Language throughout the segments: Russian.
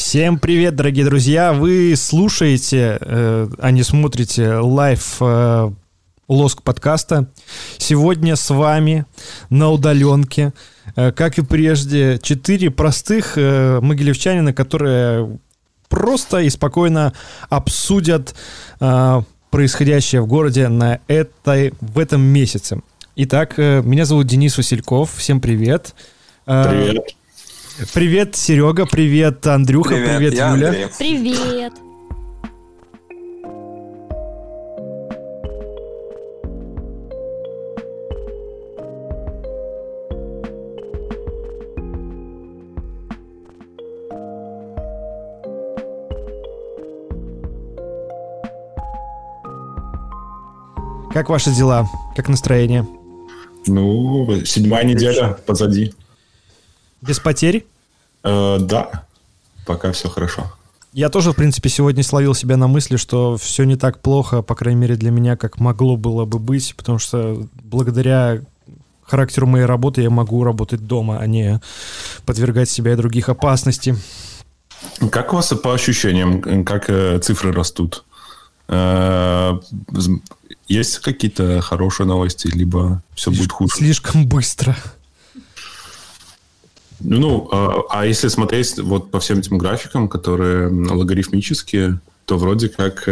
Всем привет, дорогие друзья! Вы слушаете, а не смотрите лайв Лоск подкаста. Сегодня с вами на удаленке, как и прежде, 4 простых могилевчанина, которые просто и спокойно обсудят происходящее в городе в этом месяце. Итак, меня зовут Денис Васильков. Всем привет. Привет. Привет, Серега, привет, Андрюха, привет Юля. Андрей. Привет. Как ваши дела? Как настроение? Ну, 7-я неделя позади. Без потерь? Да, пока все хорошо. Я тоже, в принципе, сегодня словил себя на мысли, что все не так плохо, по крайней мере, для меня, как могло было бы быть, потому что благодаря характеру моей работы я могу работать дома, а не подвергать себя и других опасности. Как у вас по ощущениям, как цифры растут? Есть какие-то хорошие новости, либо все будет хуже? Слишком быстро. Ну, а если смотреть вот по всем этим графикам, которые логарифмические, то вроде как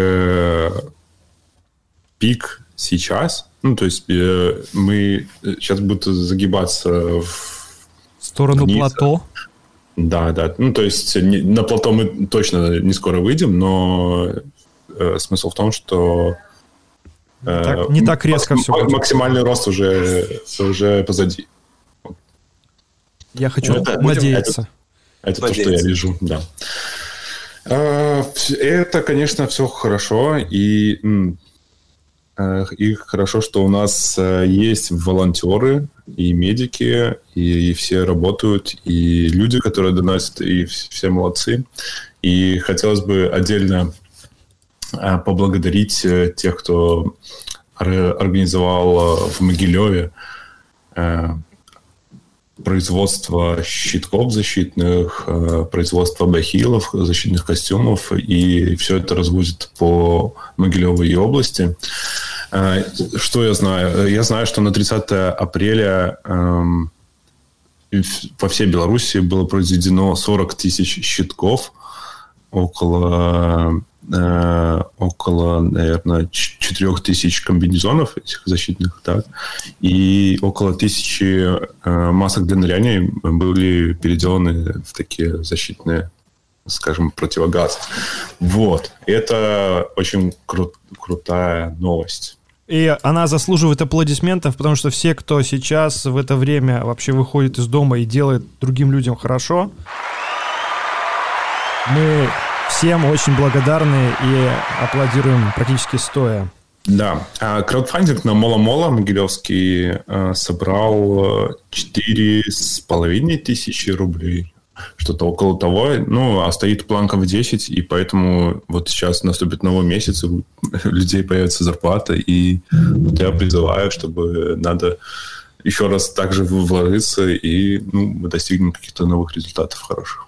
пик сейчас, ну, то есть мы сейчас будем загибаться в сторону вниз. плато. Да. Ну, то есть на плато мы точно не скоро выйдем, но смысл в том, что не так резко все будет. Максимальный рост уже позади. Я хочу надеяться. Это то, что я вижу, да. Это, конечно, все хорошо, и хорошо, что у нас есть волонтеры и медики, и все работают, и люди, которые доносят, и все молодцы. И хотелось бы отдельно поблагодарить тех, кто организовал в Могилеве производство щитков защитных, производство бахилов, защитных костюмов, и все это развозят по Могилеву и области. Что я знаю? Я знаю, что на 30 апреля по всей Беларуси было произведено 40 тысяч щитков, около, наверное, 4 тысяч комбинезонов этих защитных, так, и около 1000 масок для ныряния были переделаны в такие защитные, скажем, противогазы. Вот. Это очень крутая новость. И она заслуживает аплодисментов, потому что все, кто сейчас в это время вообще выходит из дома и делает другим людям хорошо, мы всем очень благодарны и аплодируем практически стоя. Да. Краудфандинг на Мола-Мола Могилевский собрал 4500 рублей. Что-то около того. Ну, а стоит планка в 10, и поэтому вот сейчас наступит новый месяц, у людей появится зарплата, и вот я призываю, чтобы надо еще раз также вложиться, и мы достигнем каких-то новых результатов хороших.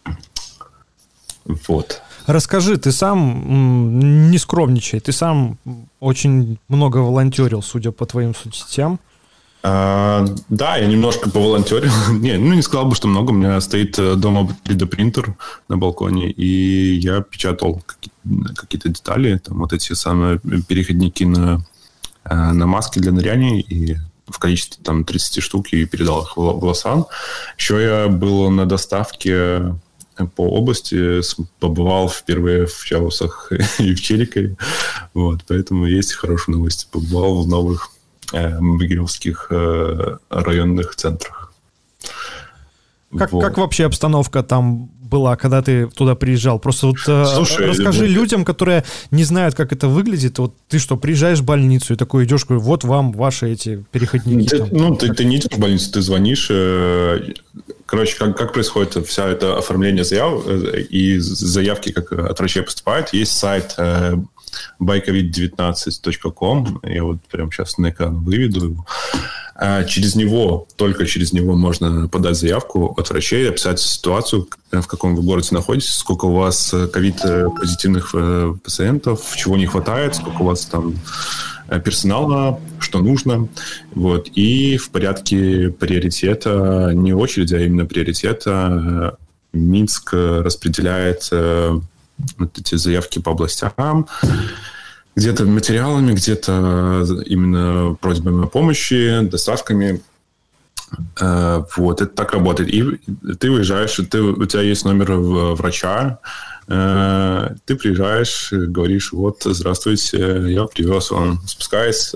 Вот. Расскажи, ты сам, не скромничай, ты сам очень много волонтерил, судя по твоим соцсетям. Да, я немножко поволонтерил. Не сказал бы, что много. У меня стоит дома 3D-принтер на балконе, и я печатал какие-то детали, там вот эти самые переходники на маски для ныряния, и в количестве там 30 штук, и передал их в Лосан. Еще я был на доставке по области, побывал впервые в Чаусах и в Черикове. Вот, поэтому есть хорошие новости. Побывал в новых могилевских районных центрах. Как вообще обстановка там была, когда ты туда приезжал? Просто вот расскажи людям, которые не знают, как это выглядит. Вот ты что, приезжаешь в больницу и такой идешь, говорю, вот вам ваши эти переходники. Ты не идешь в больницу, ты звонишь. Короче, как происходит вся это оформление заяв, и заявки как от врачей поступают. Есть сайт bycovid19.com. Я вот прямо сейчас на экран выведу его. Только через него можно подать заявку от врачей, описать ситуацию, в каком вы городе находитесь, сколько у вас ковид-позитивных пациентов, чего не хватает, сколько у вас там персонала, что нужно. Вот. И в порядке приоритета, не очереди, а именно приоритета, Минск распределяет вот эти заявки по областям, где-то материалами, где-то именно просьбами о помощи, доставками. Вот, это так работает. И ты выезжаешь, у тебя есть номер врача, ты приезжаешь, говоришь, вот, здравствуйте, я привез вам. Спускаясь,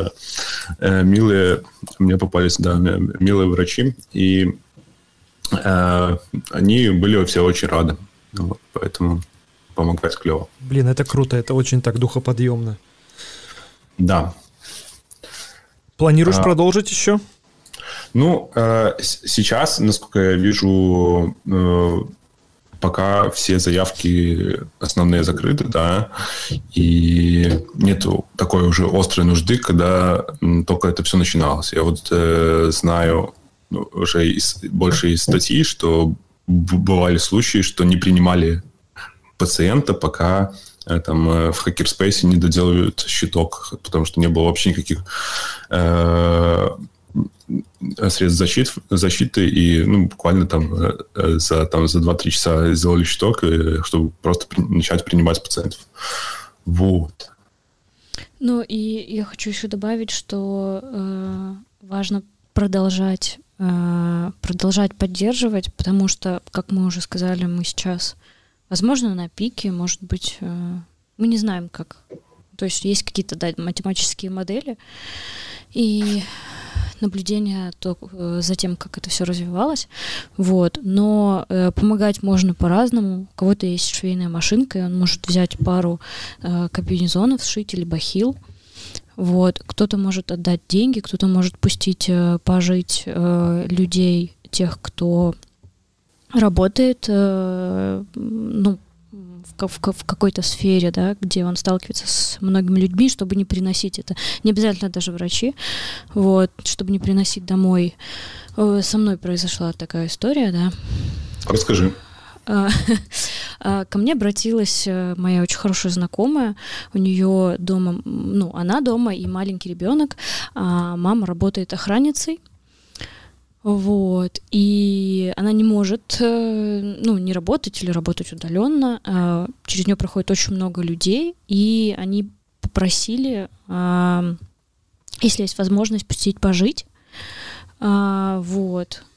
мне попались, да, милые врачи, и они были все очень рады. Вот, поэтому помогать клево. Блин, это круто, это очень так духоподъемно. Да. Планируешь продолжить еще? Ну, сейчас, насколько я вижу, пока все заявки основные закрыты, да, и нету такой уже острой нужды, когда только это все начиналось. Я вот знаю уже больше из статей, что бывали случаи, что не принимали пациента, пока там в хакерспейсе не доделают щиток, потому что не было вообще никаких средств защиты, и буквально за 2-3 часа сделали щиток, чтобы просто начать принимать пациентов. Вот. Ну, и я хочу еще добавить, что важно продолжать поддерживать, потому что, как мы уже сказали, мы сейчас, возможно, на пике, может быть, мы не знаем, как. То есть есть какие-то, да, математические модели и наблюдение за тем, как это все развивалось. Вот. Но помогать можно по-разному. У кого-то есть швейная машинка, и он может взять пару комбинезонов, сшить или бахил. Вот. Кто-то может отдать деньги, кто-то может пустить пожить людей, тех, кто работает, в какой-то сфере, да, где он сталкивается с многими людьми, чтобы не приносить это. Не обязательно даже врачи, вот, чтобы не приносить домой. Со мной произошла такая история, да. Расскажи. Ко мне обратилась моя очень хорошая знакомая. У нее дома, она дома и маленький ребенок. Мама работает охранницей. Вот. И она не может не работать или работать удаленно. Через нее проходит очень много людей, и они попросили, если есть возможность, пустить пожить. Вот.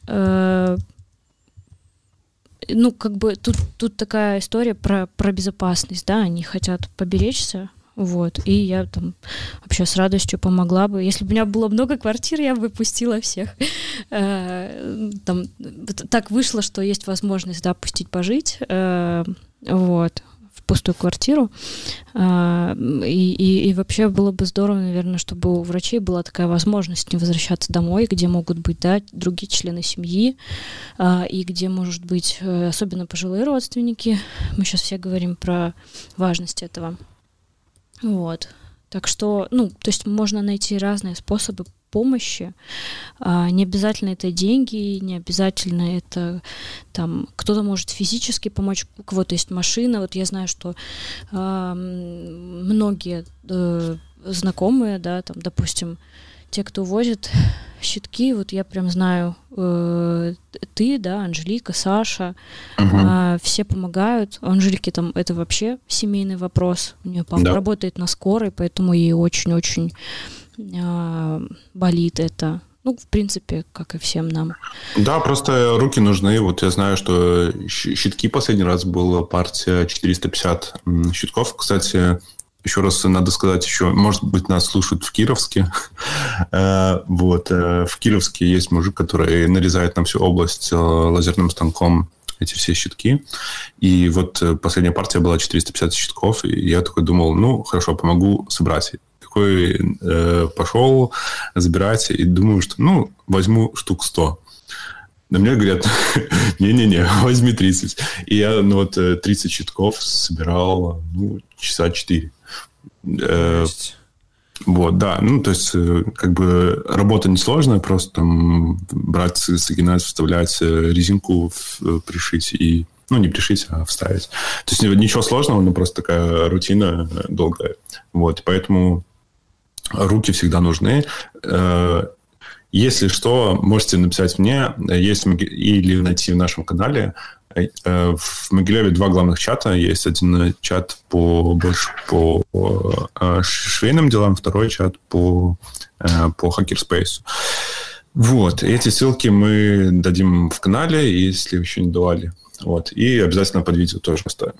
Тут такая история про безопасность, да, они хотят поберечься. Вот, и я там вообще с радостью помогла бы. Если бы у меня было много квартир, я бы пустила всех. Там, так вышло, что есть возможность, да, пустить пожить, вот, в пустую квартиру. И вообще было бы здорово, наверное, чтобы у врачей была такая возможность не возвращаться домой, где могут быть, да, другие члены семьи, и где, может быть, особенно пожилые родственники. Мы сейчас все говорим про важность этого. Вот. Так что, то есть можно найти разные способы помощи. Не обязательно это деньги, не обязательно это там кто-то может физически помочь, у кого-то есть машина. Вот я знаю, что многие знакомые, да, там, допустим, те, кто возит щитки, вот я прям знаю, ты, да, Анжелика, Саша, все помогают. У Анжелики там это вообще семейный вопрос. У нее папа работает на скорой, поэтому ей очень-очень болит это. В принципе, как и всем нам. Да, просто руки нужны. Вот я знаю, что щитки последний раз была партия 450 щитков. Кстати, еще раз надо сказать, может быть, нас слушают в Кировске. Вот. В Кировске есть мужик, который нарезает на всю область лазерным станком эти все щитки. И вот последняя партия была 450 щитков. И я такой думал, хорошо, помогу собрать. Такой пошел забирать. И думаю, что, возьму штук 100. На мне говорят, не-не-не, возьми 30. И я 30 щитков собирал часа 4. Вот, да. Ну, то есть, как бы работа несложная, просто там брать, согинать, вставлять, резинку пришить и... Ну, не пришить, а вставить. То есть, ничего сложного, но просто такая рутина долгая. Вот, поэтому руки всегда нужны. Если что, можете написать мне, или найти в нашем канале. В Могилеве 2 главных чата. Есть один чат больше по швейным делам, второй чат по хакерспейсу. Вот. Эти ссылки мы дадим в канале, если еще не давали. Вот. И обязательно под видео тоже оставим.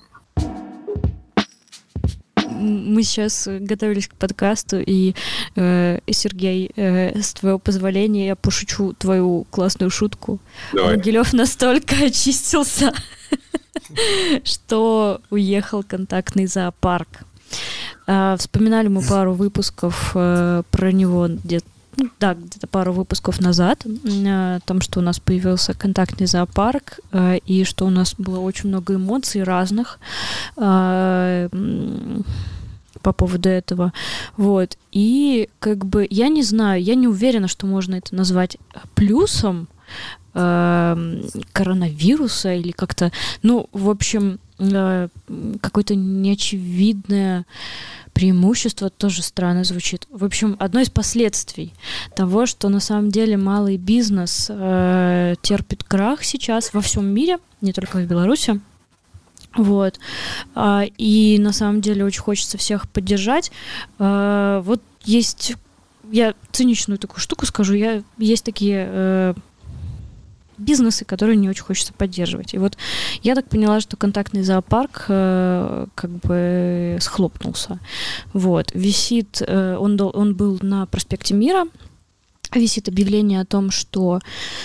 Мы сейчас готовились к подкасту, и, Сергей, с твоего позволения, я пошучу твою классную шутку. Давай. Могилев настолько очистился, что уехал контактный зоопарк. Вспоминали мы пару выпусков про него где-то пару выпусков назад, о том, что у нас появился контактный зоопарк, и что у нас было очень много эмоций разных по поводу этого. Вот. И как бы я не знаю, я не уверена, что можно это назвать плюсом коронавируса или как-то, в общем, какое-то неочевидное преимущество, тоже странно звучит. В общем, одно из последствий того, что на самом деле малый бизнес терпит крах сейчас во всем мире, не только в Беларуси. Вот. И на самом деле очень хочется всех поддержать. Вот есть... Я циничную такую штуку скажу. Есть такие бизнесы, которые не очень хочется поддерживать. И вот я так поняла, что контактный зоопарк как бы схлопнулся. Вот. Висит... Он был на проспекте Мира. Висит объявление о том, что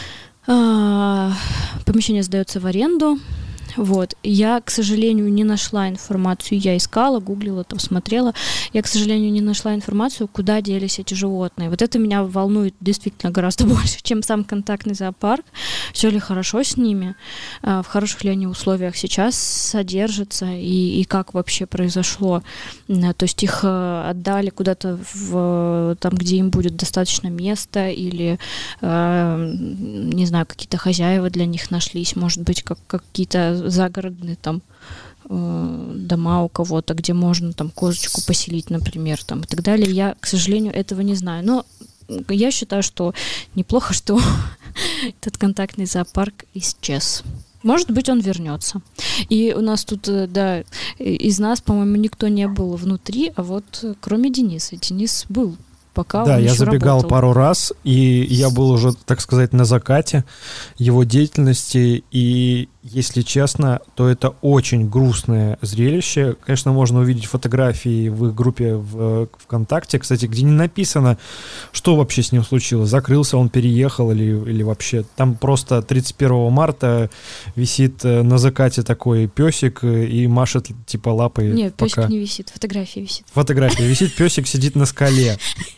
помещение сдается в аренду. Вот. Я, к сожалению, не нашла информацию. Я искала, гуглила, там смотрела. Я, к сожалению, не нашла информацию, куда делись эти животные. Вот это меня волнует действительно гораздо больше, чем сам контактный зоопарк. Все ли хорошо с ними? В хороших ли они условиях сейчас содержатся? И как вообще произошло? То есть их отдали куда-то там, где им будет достаточно места, или, не знаю, какие-то хозяева для них нашлись, может быть, какие-то загородные там дома у кого-то, где можно там козочку поселить, например, там и так далее. Я, к сожалению, этого не знаю. Но я считаю, что неплохо, что этот контактный зоопарк исчез. Может быть, он вернется. И у нас тут, да, из нас, по-моему, никто не был внутри, а вот кроме Дениса. Денис был, пока да, он я еще забегал работал. пару раз, и я был уже, так сказать, на закате его деятельности, и, если честно, то это очень грустное зрелище. Конечно, можно увидеть фотографии в их группе в ВКонтакте, кстати, где не написано, что вообще с ним случилось. Закрылся он, переехал или вообще. Там просто 31 марта висит на закате такой песик и машет типа лапой. Нет, песик пока... не висит, фотография висит. Фотография висит, песик сидит на скале.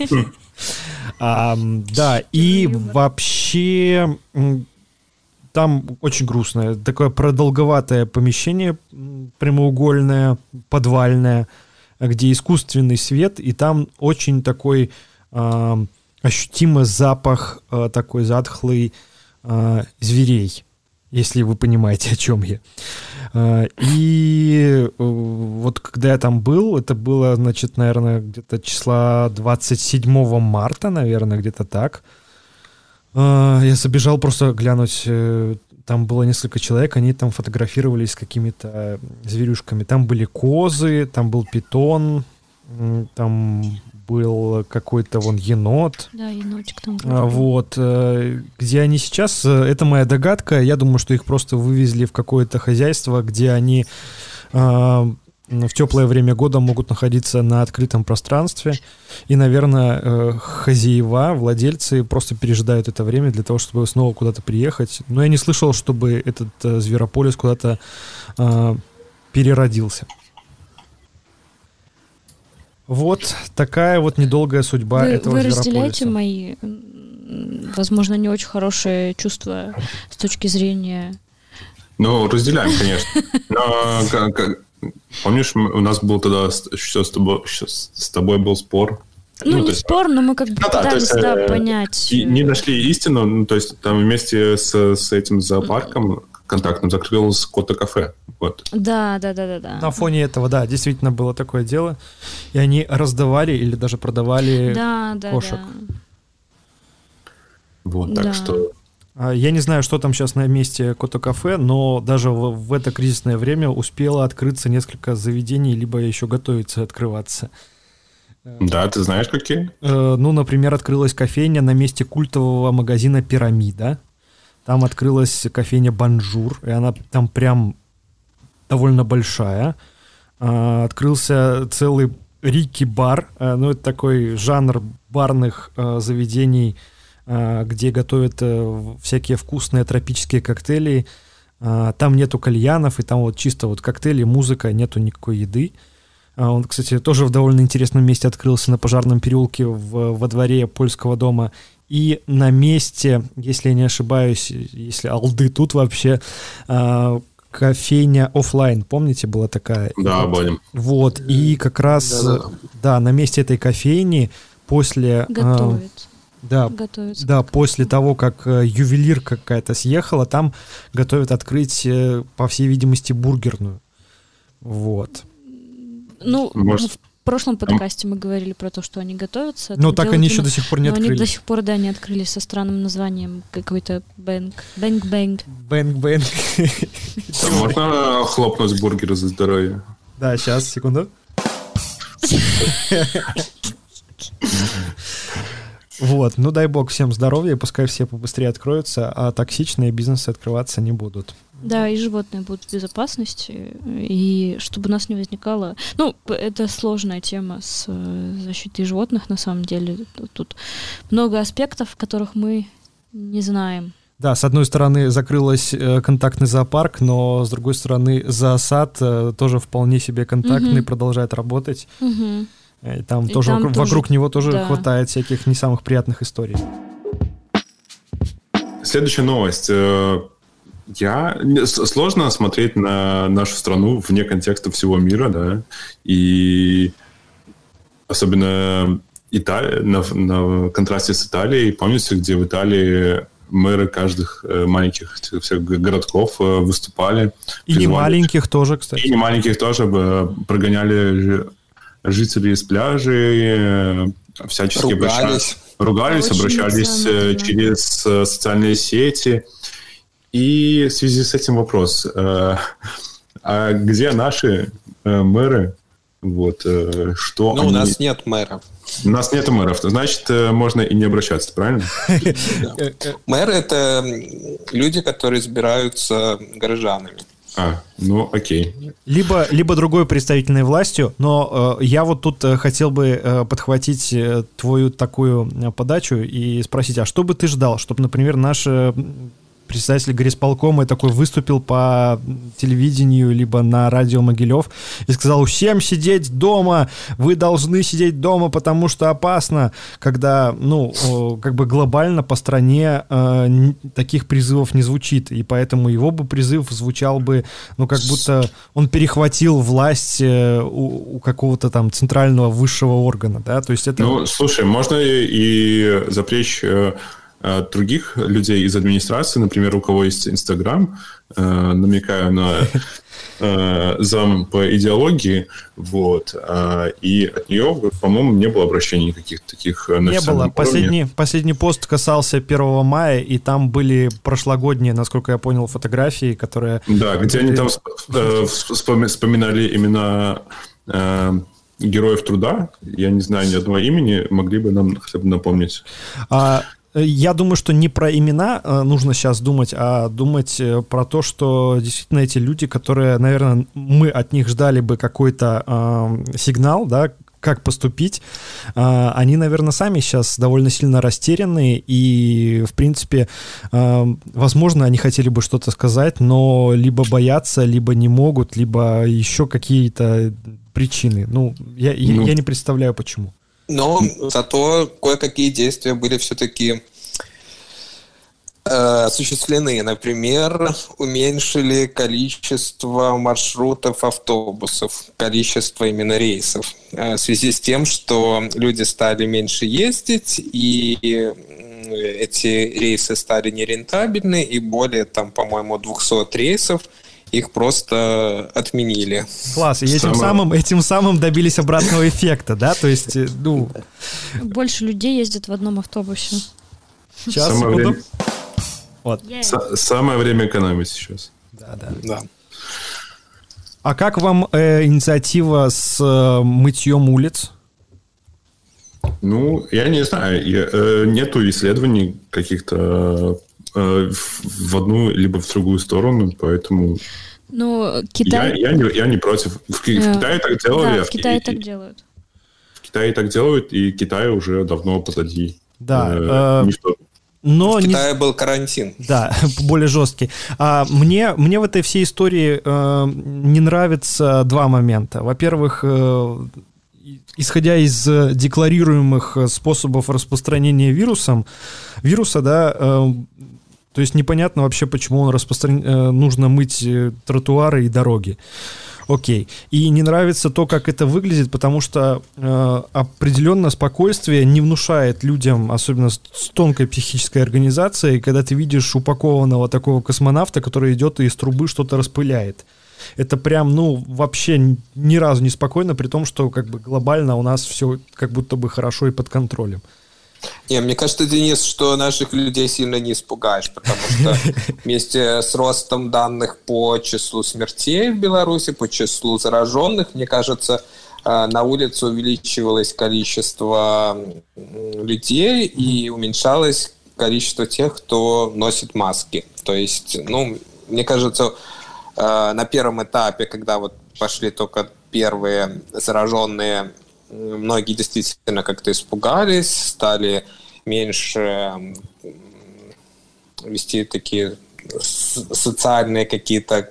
Да, и вообще там очень грустное, такое продолговатое помещение, прямоугольное, подвальное, где искусственный свет, и там очень такой ощутимый запах, такой затхлый зверей, если вы понимаете, о чем я. И вот когда я там был, это было, значит, наверное, где-то числа 27 марта, наверное, где-то так. Я забежал просто глянуть, там было несколько человек, они там фотографировались с какими-то зверюшками. Там были козы, там был питон, там был какой-то вон енот. Да, енотик там был. Вот. Где они сейчас, это моя догадка. Я думаю, что их просто вывезли в какое-то хозяйство, где они в теплое время года могут находиться на открытом пространстве. И, наверное, хозяева, владельцы просто пережидают это время для того, чтобы снова куда-то приехать. Но я не слышал, чтобы этот зверополис куда-то переродился. Вот такая вот недолгая судьба этого зверополиса. Вы разделяете мои, возможно, не очень хорошие чувства с точки зрения... Ну, разделяем, конечно. Но, помнишь, у нас был тогда еще с тобой был спор Ну, не спор, но мы как бы пытались, понять. Не нашли истину, то есть там вместе с этим зоопарком контактным закрылось Кота-кафе. Вот. Да. На фоне этого, да, действительно было такое дело. И они раздавали или даже продавали кошек. Да. Вот, так что... Я не знаю, что там сейчас на месте Кота-кафе, но даже в это кризисное время успело открыться несколько заведений, либо еще готовится открываться. Да, ты знаешь, какие? Ну, например, открылась кофейня на месте культового магазина «Пирамида». Там открылась кофейня «Бонжур», и она там прям довольно большая. Открылся целый Рики-бар, ну, это такой жанр барных заведений, где готовят всякие вкусные тропические коктейли. Там нету кальянов, и там вот чисто вот коктейли, музыка, нету никакой еды. Он, кстати, тоже в довольно интересном месте открылся на Пожарном переулке во дворе Польского дома. И на месте, если я не ошибаюсь, если алды тут вообще, кофейня «Оффлайн», помните, была такая? Да, помним. Вот, и как раз, да, на месте этой кофейни после... Готовят. Да, после того, как ювелир какая-то съехала, там готовят открыть, по всей видимости, бургерную. Вот. Ну, в прошлом подкасте мы говорили про то, что они готовятся. Но так они еще до сих пор не открыли. Они до сих пор, не открылись со странным названием какой-то Бэнк-Бэнк. Бэнк-Бэнк. Можно хлопнуть бургеры за здоровье? Да, сейчас, секунду. Вот, ну дай бог всем здоровья, пускай все побыстрее откроются, а токсичные бизнесы открываться не будут. Да, и животные будут в безопасности, и чтобы у нас не возникало... Ну, это сложная тема с защитой животных, на самом деле. Тут много аспектов, которых мы не знаем. Да, с одной стороны закрылась контактный зоопарк, но с другой стороны зоосад тоже вполне себе контактный, продолжает работать. И там тоже вокруг него тоже хватает всяких не самых приятных историй. Следующая новость. Сложно смотреть на нашу страну вне контекста всего мира, да, и особенно на контрасте с Италией. Помните, где в Италии мэры каждых маленьких всех городков выступали? И не маленьких тоже, кстати. И не маленьких тоже прогоняли жителей с пляжей, всячески ругались, обращались через социальные сети. И в связи с этим вопрос. А где наши мэры? Вот, что у нас нет мэров. У нас нет мэров. Значит, можно и не обращаться, правильно? Мэры – это люди, которые избираются горожанами. Ну окей. Либо другой представительной властью, но я вот тут хотел бы подхватить твою такую подачу и спросить, а что бы ты ждал, чтобы, например, наш председатель горисполкома такой выступил по телевидению либо на радио Могилев и сказал: всем сидеть дома, вы должны сидеть дома, потому что опасно, когда, как бы глобально по стране таких призывов не звучит, и поэтому его бы призыв звучал бы, как будто он перехватил власть у какого-то там центрального высшего органа, да, то есть это... слушай, можно и запречь других людей из администрации, например, у кого есть Инстаграм, намекаю на зам по идеологии, вот, и от нее, по-моему, не было обращений каких-то таких на не было. Последний пост касался 1 мая, и там были прошлогодние, насколько я понял, фотографии, которые... Да, где они там вспоминали именно героев труда. Я не знаю ни одного имени, могли бы нам хотя бы напомнить. Я думаю, что не про имена нужно сейчас думать, а думать про то, что действительно эти люди, которые, наверное, мы от них ждали бы какой-то сигнал, да, как поступить, они, наверное, сами сейчас довольно сильно растеряны, и, в принципе, возможно, они хотели бы что-то сказать, но либо боятся, либо не могут, либо еще какие-то причины. Я не представляю, почему. Но зато кое-какие действия были все-таки осуществлены. Например, уменьшили количество маршрутов автобусов, количество именно рейсов. В связи с тем, что люди стали меньше ездить, и эти рейсы стали нерентабельны, и более, там, по-моему, 200 рейсов их просто отменили. Класс, и этим самым добились обратного эффекта, да? То есть, ну... Больше людей ездят в одном автобусе. Сейчас, Вот. Самое время экономить сейчас. Да. А как вам инициатива с мытьем улиц? Ну, я не знаю. Нету исследований каких-то в одну либо в другую сторону, поэтому... Ну, Китай... Я не против. В Китае так делали. Да, в Китае так делают. В Китае так делают, и Китай уже давно позади. Да. Но в Китае был карантин. Да, более жесткий. Мне в этой всей истории не нравятся два момента. Во-первых, исходя из декларируемых способов распространения вируса, да, то есть непонятно вообще, почему нужно мыть тротуары и дороги. Окей. И не нравится то, как это выглядит, потому что определенно спокойствие не внушает людям, особенно с тонкой психической организацией, когда ты видишь упакованного такого космонавта, который идет и из трубы что-то распыляет. Это прям, вообще ни разу не спокойно, при том, что как бы глобально у нас все как будто бы хорошо и под контролем. Не, мне кажется, Денис, что наших людей сильно не испугаешь, потому что вместе с ростом данных по числу смертей в Беларуси, по числу зараженных, мне кажется, на улице увеличивалось количество людей и уменьшалось количество тех, кто носит маски. То есть, мне кажется, на первом этапе, когда вот пошли только первые зараженные, многие действительно как-то испугались, стали меньше вести такие социальные какие-то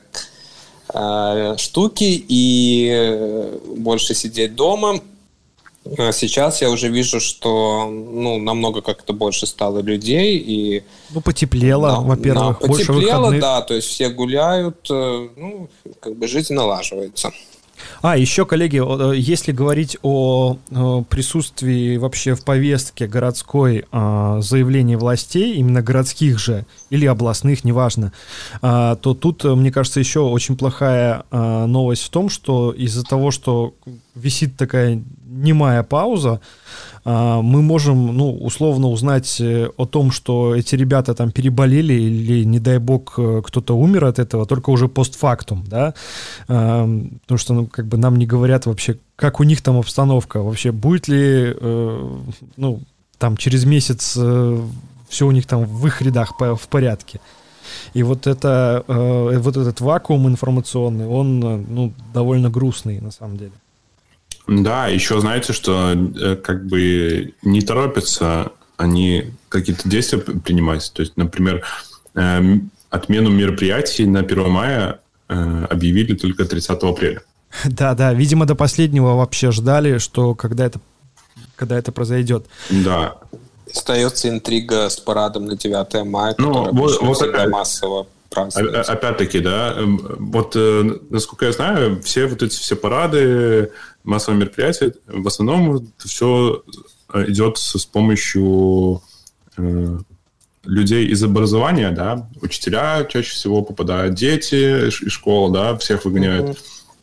штуки и больше сидеть дома. Сейчас я уже вижу, что намного как-то больше стало людей. И, потеплело, во-первых. Потеплело, да, то есть все гуляют, жизнь налаживается. Еще, коллеги, если говорить о присутствии вообще в повестке городской заявлений властей, именно городских же или областных, неважно, то тут, мне кажется, еще очень плохая новость в том, что из-за того, что висит такая немая пауза, мы можем, условно узнать о том, что эти ребята там переболели или, не дай бог, кто-то умер от этого, только уже постфактум, да, потому что, нам не говорят вообще, как у них там обстановка, вообще будет ли, там через месяц все у них там в их рядах в порядке. И вот этот вакуум информационный, он, довольно грустный на самом деле. Да, еще знаете, что не торопятся они какие-то действия принимать. То есть, например, отмену мероприятий на 1 мая объявили только 30 апреля. Да, видимо, до последнего вообще ждали, что когда это произойдет. Да. Остается интрига с парадом на 9 мая, который всегда массово празднуется. Опять-таки, да, насколько я знаю, все парады, массовые мероприятия, в основном все идет с помощью людей из образования, да, учителя чаще всего попадают, дети из школы, да, всех выгоняют.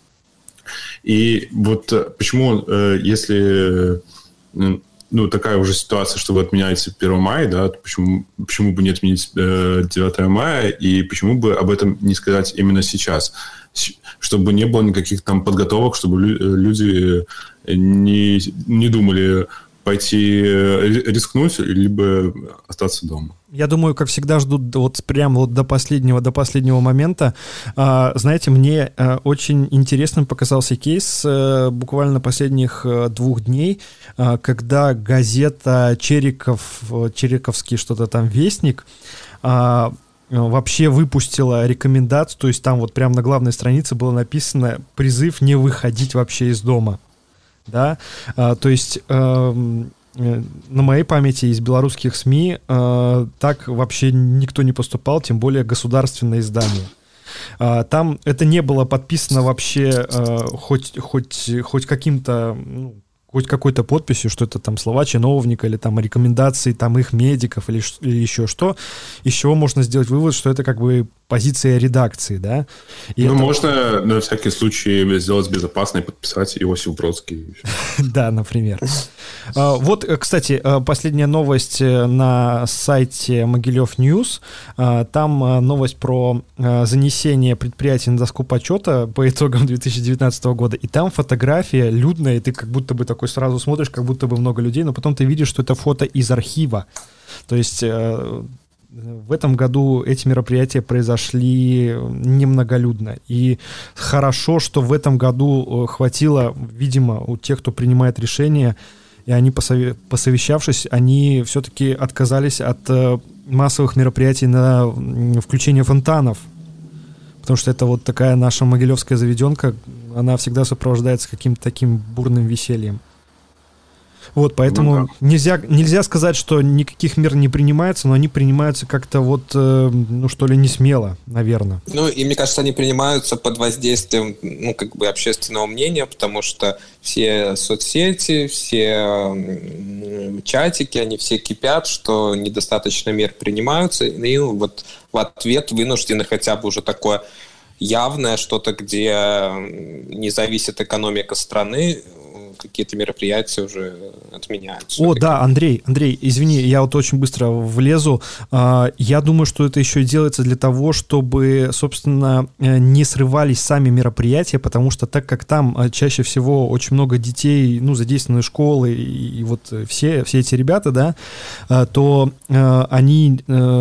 И вот почему, если такая уже ситуация, что вы отменяете 1 мая, да, то почему бы не отменить 9 мая, и почему бы об этом не сказать именно сейчас, чтобы не было никаких там подготовок, чтобы люди не думали пойти рискнуть, либо остаться дома. Я думаю, как всегда, ждут прямо до последнего момента. Знаете, мне очень интересным показался кейс буквально последних 2 дней, когда газета Чериковский что-то там «Вестник» вообще выпустила рекомендацию, то есть там вот прямо на главной странице было написано призыв не выходить вообще из дома. Да, то есть на моей памяти из белорусских СМИ так вообще никто не поступал, тем более государственное издание. Там это не было подписано вообще хоть каким-то... хоть какой-то подписью, что это там слова чиновника или там рекомендации там их медиков или еще что, из чего можно сделать вывод, что это как бы позиция редакции, да? И это... можно на всякий случай сделать безопасно и подписать Иосиф Бродский. Да, например. Вот, кстати, последняя новость на сайте Могилев Ньюс. Там новость про занесение предприятий на доску почета по итогам 2019 года. И там фотография людная, и ты как будто бы такой сразу смотришь, как будто бы много людей, но потом ты видишь, что это фото из архива. То есть в этом году эти мероприятия произошли немноголюдно. И хорошо, что в этом году хватило, видимо, у тех, кто принимает решения, и они, посовещавшись, они все-таки отказались от массовых мероприятий на включение фонтанов. Потому что это вот такая наша могилевская заведенка, она всегда сопровождается каким-то таким бурным весельем. Вот, поэтому нельзя сказать, что никаких мер не принимается, но они принимаются как-то вот, что ли, не смело, наверное. И мне кажется, они принимаются под воздействием, общественного мнения, потому что все соцсети, все чатики, они все кипят, что недостаточно мер принимаются, и вот в ответ вынуждены хотя бы уже такое явное что-то, где не зависит экономика страны, какие-то мероприятия уже отменяются. Да, Андрей, извини, я вот очень быстро влезу. Я думаю, что это еще и делается для того, чтобы, собственно, не срывались сами мероприятия, потому что так как там чаще всего очень много детей, задействованы школы и вот все эти ребята, да, то они...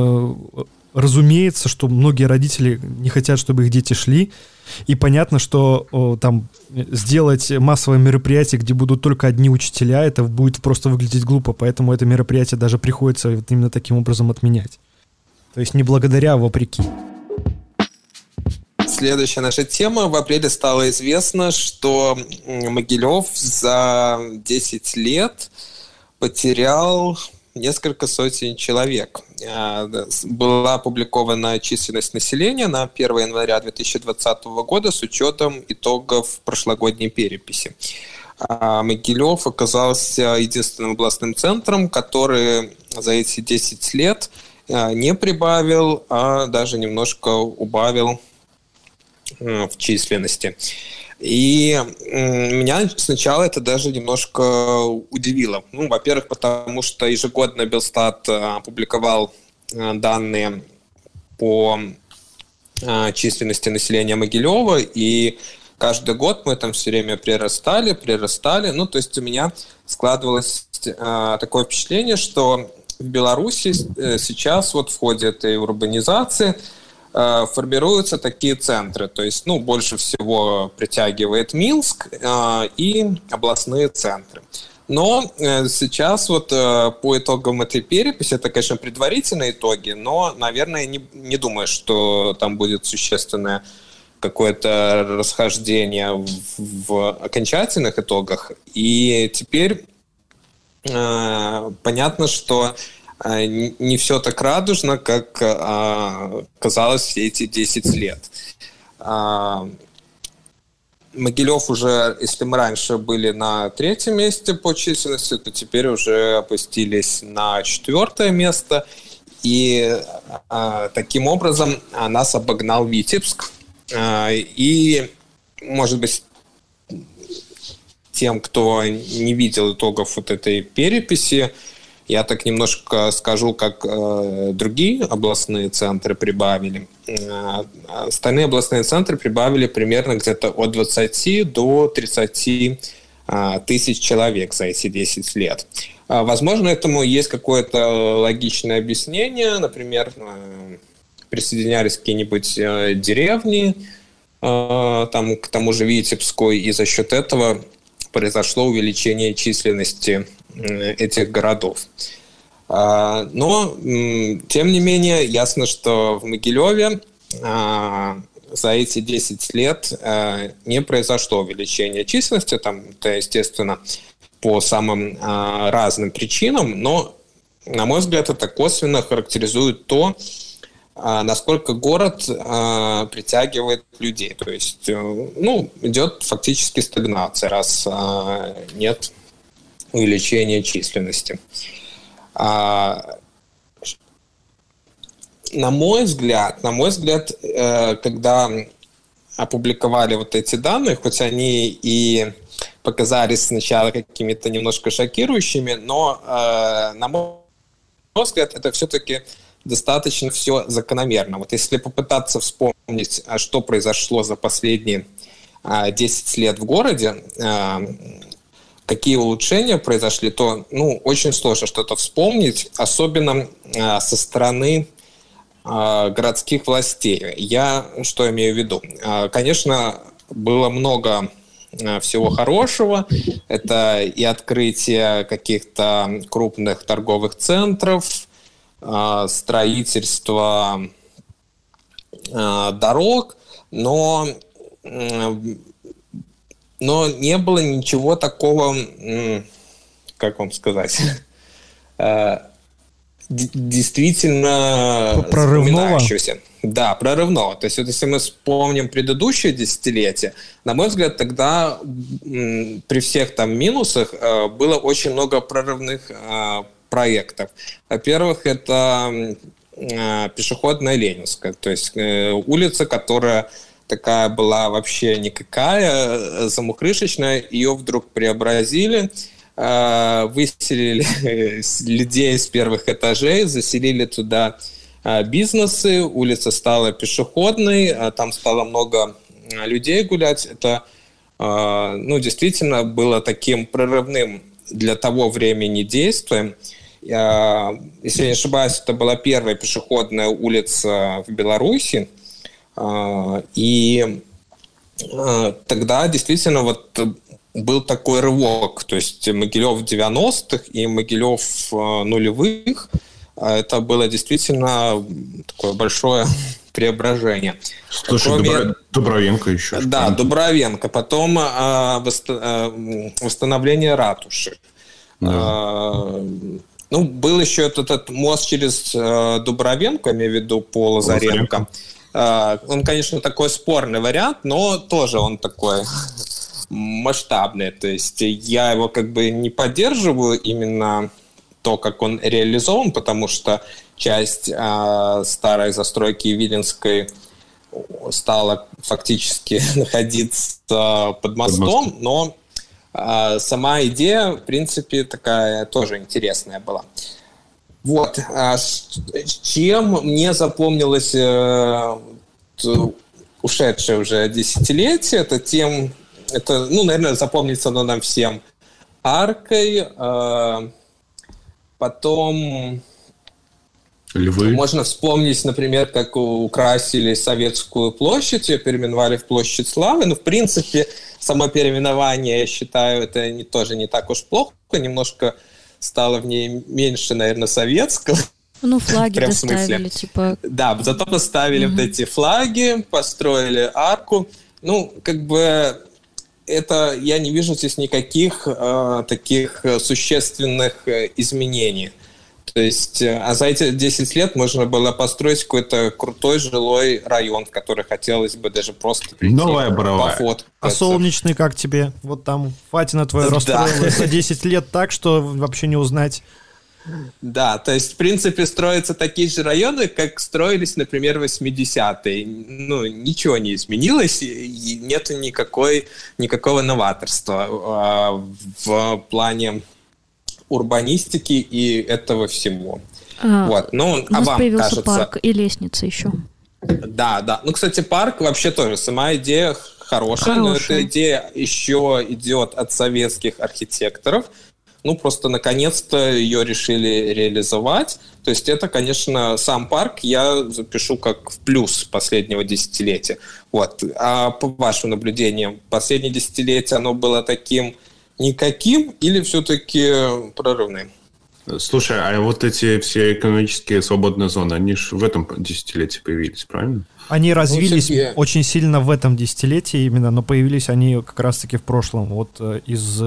Разумеется, что многие родители не хотят, чтобы их дети шли, и понятно, что там сделать массовое мероприятие, где будут только одни учителя, это будет просто выглядеть глупо, поэтому это мероприятие даже приходится вот именно таким образом отменять. То есть не благодаря, а вопреки. Следующая наша тема. В апреле стало известно, что Могилев за 10 лет потерял несколько сотен человек. Была опубликована численность населения на 1 января 2020 года с учетом итогов прошлогодней переписи. Могилев оказался единственным областным центром, который за эти 10 лет не прибавил, а даже немножко убавил в численности. И меня сначала это даже немножко удивило. Во-первых, потому что ежегодно Белстат опубликовал данные по численности населения Могилева, и каждый год мы там все время прирастали. То есть у меня складывалось такое впечатление, что в Беларуси сейчас вот в ходе этой урбанизации формируются такие центры. То есть, больше всего притягивает Минск и областные центры. Но сейчас вот по итогам этой переписи, это, конечно, предварительные итоги, но, наверное, не думаю, что там будет существенное какое-то расхождение в окончательных итогах. И теперь понятно, что не все так радужно, как казалось все эти 10 лет. Могилев уже, если мы раньше были на 3-м месте по численности, то теперь уже опустились на 4-е место. И таким образом нас обогнал Витебск. И, может быть, тем, кто не видел итогов вот этой переписи, я так немножко скажу, как другие областные центры прибавили. Остальные областные центры прибавили примерно где-то от 20 до 30 тысяч человек за эти 10 лет. Возможно, этому есть какое-то логичное объяснение. Например, присоединялись какие-нибудь деревни там, к тому же Витебской, и за счет этого произошло увеличение численности этих городов. Но, тем не менее, ясно, что в Могилеве за эти 10 лет не произошло увеличение численности. Там, это, естественно, по самым разным причинам, но, на мой взгляд, это косвенно характеризует то, насколько город притягивает людей. То есть, идет фактически стагнация, раз нет увеличения численности. На мой взгляд, когда опубликовали вот эти данные, хоть они и показались сначала какими-то немножко шокирующими, но, на мой взгляд, это все-таки достаточно все закономерно. Вот если попытаться вспомнить, что произошло за последние 10 лет в городе, какие улучшения произошли, то очень сложно что-то вспомнить, особенно со стороны городских властей. Я что имею в виду? Конечно, было много всего хорошего. Это и открытие каких-то крупных торговых центров, строительство дорог, но не было ничего такого, как вам сказать, действительно запоминающегося. Да, прорывного. То есть вот если мы вспомним предыдущее десятилетие, на мой взгляд, тогда при всех там минусах было очень много прорывных проектов. Во-первых, это пешеходная Ленинская, то есть улица, которая такая была вообще никакая, замухрышечная, ее вдруг преобразили, выселили людей с первых этажей, заселили туда бизнесы, улица стала пешеходной, там стало много людей гулять. Это действительно было таким прорывным для того времени действием. Если я не ошибаюсь, это была первая пешеходная улица в Беларуси. И тогда действительно вот был такой рывок. То есть Могилев 90-х и Могилев нулевых. Это было действительно такое большое преображение. Слушай, Дубровенко еще. Да, Дубровенко. Потом восстановление ратуши. Да. Был еще этот мост через Дубровенко, я имею в виду по Лазаренко. Он, конечно, такой спорный вариант, но тоже он такой масштабный. То есть я его как бы не поддерживаю именно то, как он реализован, потому что часть старой застройки Виленской стала фактически находиться под мостом, но сама идея, в принципе, такая тоже интересная была. Вот. Чем мне запомнилось ушедшее уже десятилетие, это, наверное, запомнится оно нам всем аркой, потом Львы. Можно вспомнить, например, как украсили Советскую площадь, ее переименовали в Площадь Славы. В принципе, само переименование, я считаю, это тоже не так уж плохо. Немножко стало в ней меньше, наверное, советского. Флаги доставили, типа... Да, зато поставили вот эти флаги, построили арку. Это я не вижу здесь никаких таких существенных изменений. То есть, за эти 10 лет можно было построить какой-то крутой жилой район, в который хотелось бы даже просто прийти. Новая Боровая. Пофоткаться. А Солнечный как тебе? Вот там Фатина твоя расстроилась за 10 лет так, что вообще не узнать. Да, то есть, в принципе, строятся такие же районы, как строились, например, в 80-е. Ничего не изменилось, и нет никакого новаторства в плане урбанистики и этого всего. У нас вам появился кажется... парк и лестница еще. Да. Кстати, парк вообще тоже, сама идея хорошая, но эта идея еще идет от советских архитекторов. Просто наконец-то ее решили реализовать. То есть это, конечно, сам парк я запишу как в плюс последнего десятилетия. Вот. А по вашим наблюдениям, последнее десятилетие оно было таким никаким или все-таки прорывным? Слушай, а вот эти все экономические свободные зоны, они же в этом десятилетии появились, правильно? Они развились очень сильно в этом десятилетии именно, но появились они как раз-таки в прошлом. Вот из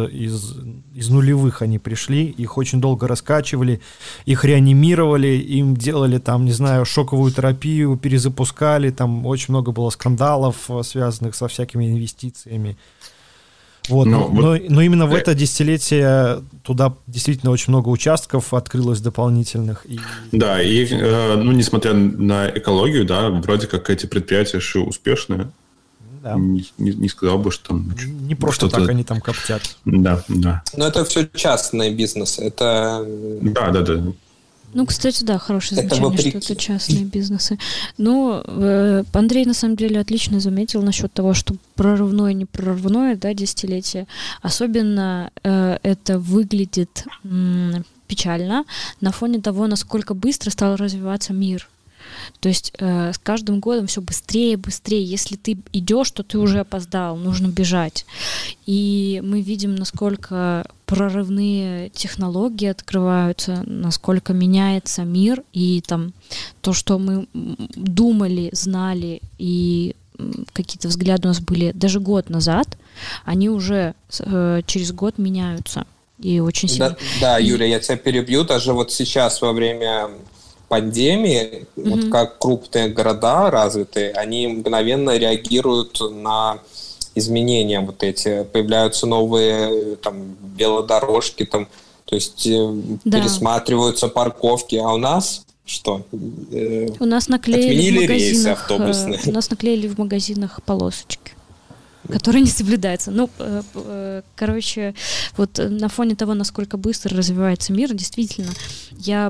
нулевых они пришли, их очень долго раскачивали, их реанимировали, им делали там, не знаю, шоковую терапию, перезапускали, там очень много было скандалов, связанных со всякими инвестициями. Вот, но именно в это десятилетие туда действительно очень много участков открылось дополнительных. Да, и несмотря на экологию, да, вроде как эти предприятия успешные. Да. Не сказал бы, что там... Не просто так они там коптят. Да. Но это все частный бизнес. Это... Да. Ну, кстати, да, хорошее замечание, что это частные бизнесы. Но Андрей, на самом деле, отлично заметил насчет того, что прорывное, не прорывное, да, десятилетие. Особенно это выглядит печально на фоне того, насколько быстро стал развиваться мир. То есть с каждым годом все быстрее. Если ты идешь, то ты уже опоздал, нужно бежать. И мы видим, насколько прорывные технологии открываются, насколько меняется мир, и там то, что мы думали, знали, и какие-то взгляды у нас были даже год назад, они уже через год меняются. И очень сильно. Да, Юля, я тебя перебью. Даже вот сейчас во время пандемии, вот как крупные города развитые, они мгновенно реагируют на изменения вот эти. Появляются новые там велодорожки, там, то есть пересматриваются парковки. А у нас что? У нас наклеили отменили рейсы автобусные. У нас наклеили в магазинах полосочки, которые не соблюдаются. Ну, короче, вот на фоне того, насколько быстро развивается мир, действительно, я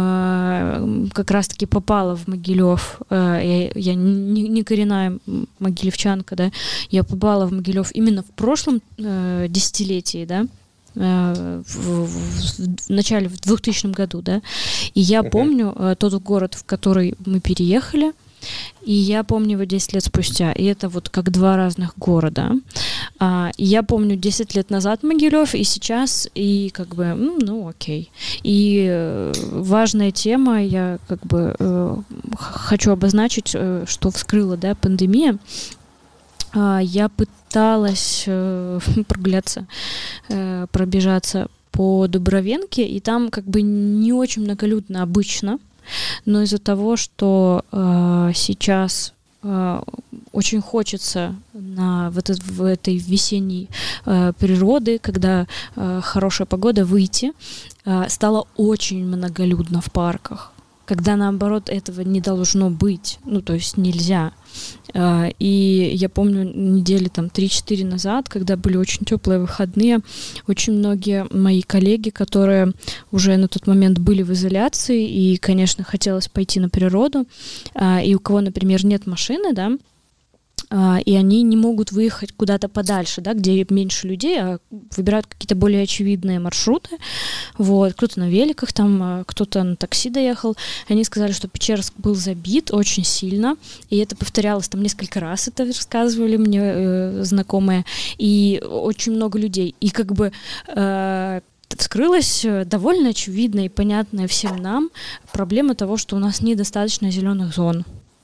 как раз-таки попала в Могилев, я не коренная могилевчанка, да, я попала в Могилев именно в прошлом десятилетии, да, в начале, в 2000 году, да, и я помню тот город, в который мы переехали, и я помню его 10 лет спустя, и это вот как два разных города. И я помню 10 лет назад Могилев, и сейчас, и как бы, ну окей. И важная тема, я как бы хочу обозначить, что вскрыла, да, пандемия. Я пыталась прогуляться, пробежаться по Дубровенке, и там как бы не очень многолюдно обычно, но из-за того, что сейчас очень хочется в этой весенней природы, когда хорошая погода, выйти, стало очень многолюдно в парках, когда, наоборот, этого не должно быть, ну, то есть нельзя. И я помню недели там 3-4 назад, когда были очень теплые выходные, очень многие мои коллеги, которые уже на тот момент были в изоляции, и, конечно, хотелось пойти на природу, и у кого, например, нет машины, да, и они не могут выехать куда-то подальше, да, где меньше людей, а выбирают какие-то более очевидные маршруты. Вот. Кто-то на великах, там, кто-то на такси доехал. Они сказали, что Печерск был забит очень сильно, и это повторялось там несколько раз, это рассказывали мне знакомые, и очень много людей. И как бы вскрылась довольно очевидная и понятная всем нам проблема того, что у нас недостаточно зеленых зон.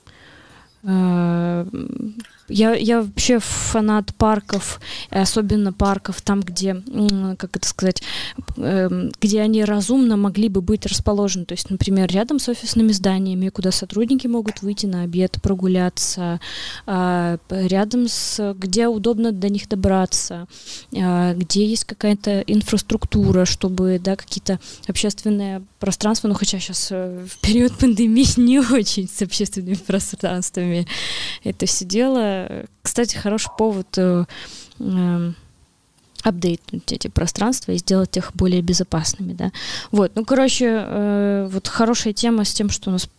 Я вообще фанат парков, особенно парков там, где, как это сказать, где они разумно могли бы быть расположены. То есть, например, рядом с офисными зданиями, куда сотрудники могут выйти на обед, прогуляться, рядом с, где удобно до них добраться, где есть какая-то инфраструктура, чтобы, да, какие-то общественные пространства, ну, хотя сейчас в период пандемии не очень с общественными пространствами это все дело. Кстати, хороший повод апдейтнуть эти пространства и сделать их более безопасными, да. Вот, ну, короче, вот хорошая тема с тем, что у нас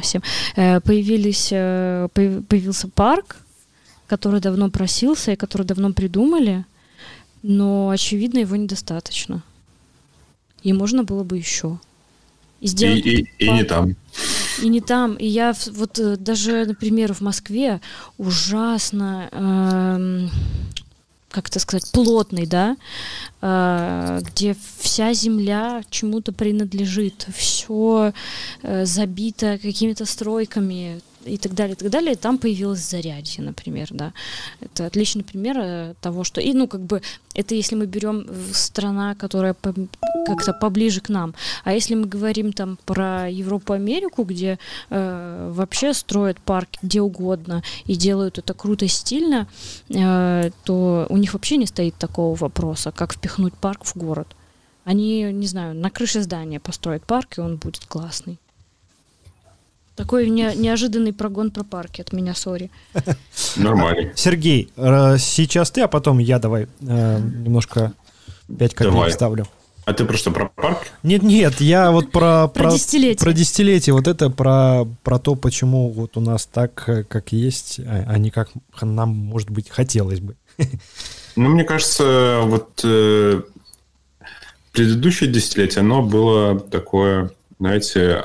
появился парк, который давно просился и который давно придумали, но, очевидно, его недостаточно. И можно было бы еще. И не там. И не там. И я вот даже, например, в Москве ужасно как это сказать, плотный, да, где вся земля чему-то принадлежит, все забито какими-то стройками и так далее, и так далее. И там появилось Зарядье, например, да. Это отличный пример того, что... И, ну, как бы, это если мы берем страна, которая как-то поближе к нам. А если мы говорим там про Европу, Америку, где вообще строят парки где угодно и делают это круто и стильно, то у них вообще не стоит такого вопроса, как впихнуть парк в город. Они, не знаю, на крыше здания построят парк, и он будет классный. Такой неожиданный прогон про парки от меня, сори. Нормально. Сергей, сейчас ты, а потом я давай немножко 5 копеек ставлю. А ты про что, про парк? Нет, я вот про десятилетие. Про десятилетие, вот это про то, почему вот у нас так, как есть, а не как нам, может быть, хотелось бы. Ну, мне кажется, вот предыдущее десятилетие, оно было такое... знаете,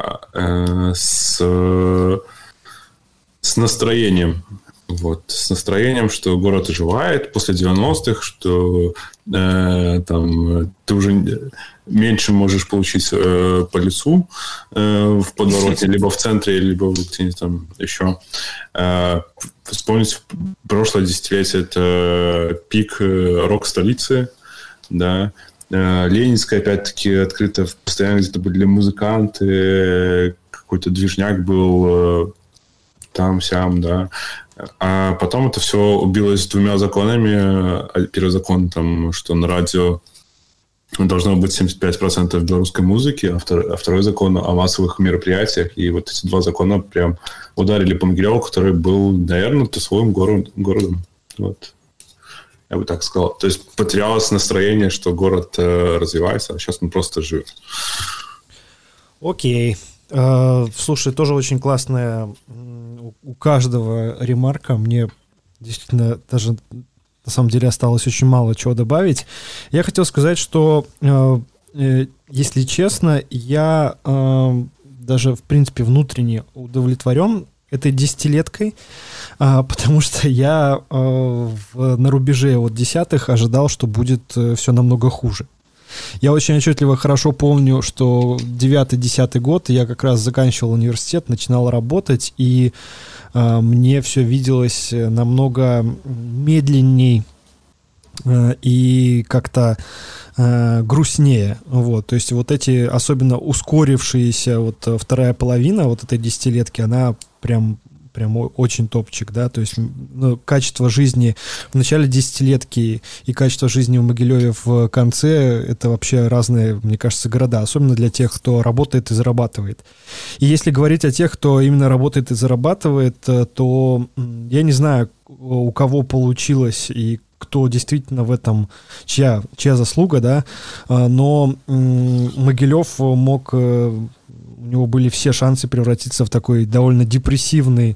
с настроением. Вот, с настроением, что город оживает после 90-х, что там ты уже меньше можешь получить по лицу в подворотне, либо в центре, либо где-нибудь там еще. Вспомнить прошлое десятилетие, это пик рок-столицы, да. Ленинская, опять-таки, открыто, постоянно где-то были музыканты, какой-то движняк был там-сям, да. А потом это все убилось 2 законами. Первый закон, там, что на радио должно быть 75% белорусской музыки, а второй закон о массовых мероприятиях. И вот эти 2 закона прям ударили по Могилеву, который был, наверное, тусовым городом. Вот. Я бы так сказал. То есть потерялось настроение, что город развивается, а сейчас он просто живет. Окей. Слушай, тоже очень классная у каждого ремарка. Мне действительно даже на самом деле осталось очень мало чего добавить. Я хотел сказать, что, если честно, я даже, в принципе, внутренне удовлетворен этой десятилеткой, потому что я на рубеже вот десятых ожидал, что будет все намного хуже. Я очень отчетливо хорошо помню, что 9-10 год я как раз заканчивал университет, начинал работать, и мне все виделось намного медленней и как-то грустнее. Вот. То есть вот эти особенно ускорившиеся вот вторая половина вот этой десятилетки, она прям очень топчик, да, то есть качество жизни в начале десятилетки и качество жизни в Могилеве в конце — это вообще разные, мне кажется, города, особенно для тех, кто работает и зарабатывает. И если говорить о тех, кто именно работает и зарабатывает, то я не знаю, у кого получилось и кто действительно в этом, чья заслуга, да, но Могилев мог... У него были все шансы превратиться в такой довольно депрессивный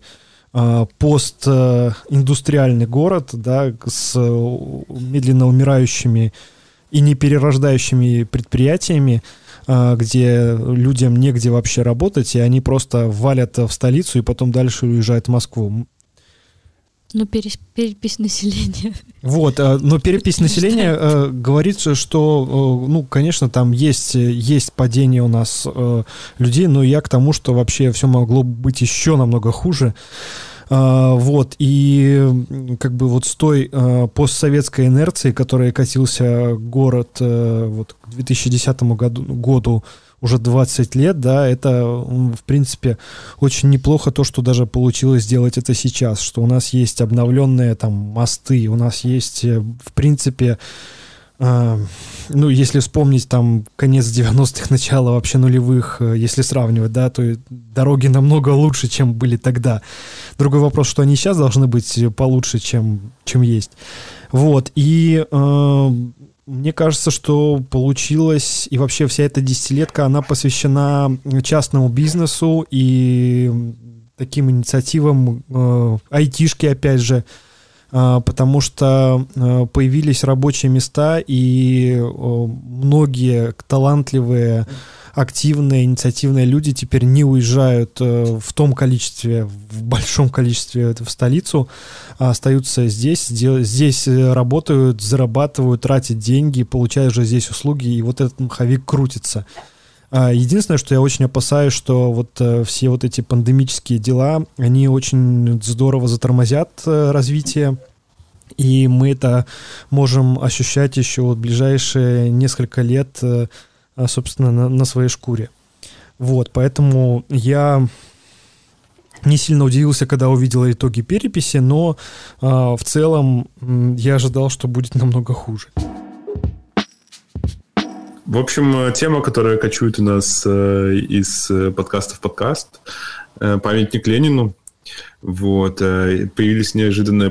постиндустриальный город, да, с медленно умирающими и не перерождающими предприятиями, где людям негде вообще работать, и они просто валят в столицу и потом дальше уезжают в Москву. Но перепись населения. Вот, но перепись населения говорит, что, ну, конечно, там есть падение у нас людей, но я к тому, что вообще все могло быть еще намного хуже. Вот, и как бы вот с той постсоветской инерцией, которой катился город вот к 2010 году, уже 20 лет, да, это, в принципе, очень неплохо то, что даже получилось сделать это сейчас, что у нас есть обновленные там мосты, у нас есть, в принципе, ну, если вспомнить там конец 90-х, начало вообще нулевых, если сравнивать, да, то дороги намного лучше, чем были тогда. Другой вопрос, что они сейчас должны быть получше, чем есть. Вот, и... Мне кажется, что получилось, и вообще вся эта десятилетка, она посвящена частному бизнесу и таким инициативам, айтишки, опять же, потому что появились рабочие места, и многие талантливые активные, инициативные люди теперь не уезжают в том количестве, в большом количестве в столицу, а остаются здесь, здесь работают, зарабатывают, тратят деньги, получают же здесь услуги, и вот этот маховик крутится. Единственное, что я очень опасаюсь, что вот все вот эти пандемические дела, они очень здорово затормозят развитие, и мы это можем ощущать еще вот ближайшие несколько лет, собственно, на своей шкуре. Вот, поэтому я не сильно удивился, когда увидел итоги переписи, но в целом я ожидал, что будет намного хуже. В общем, тема, которая кочует у нас из подкаста в подкаст, памятник Ленину. Вот, появились неожиданные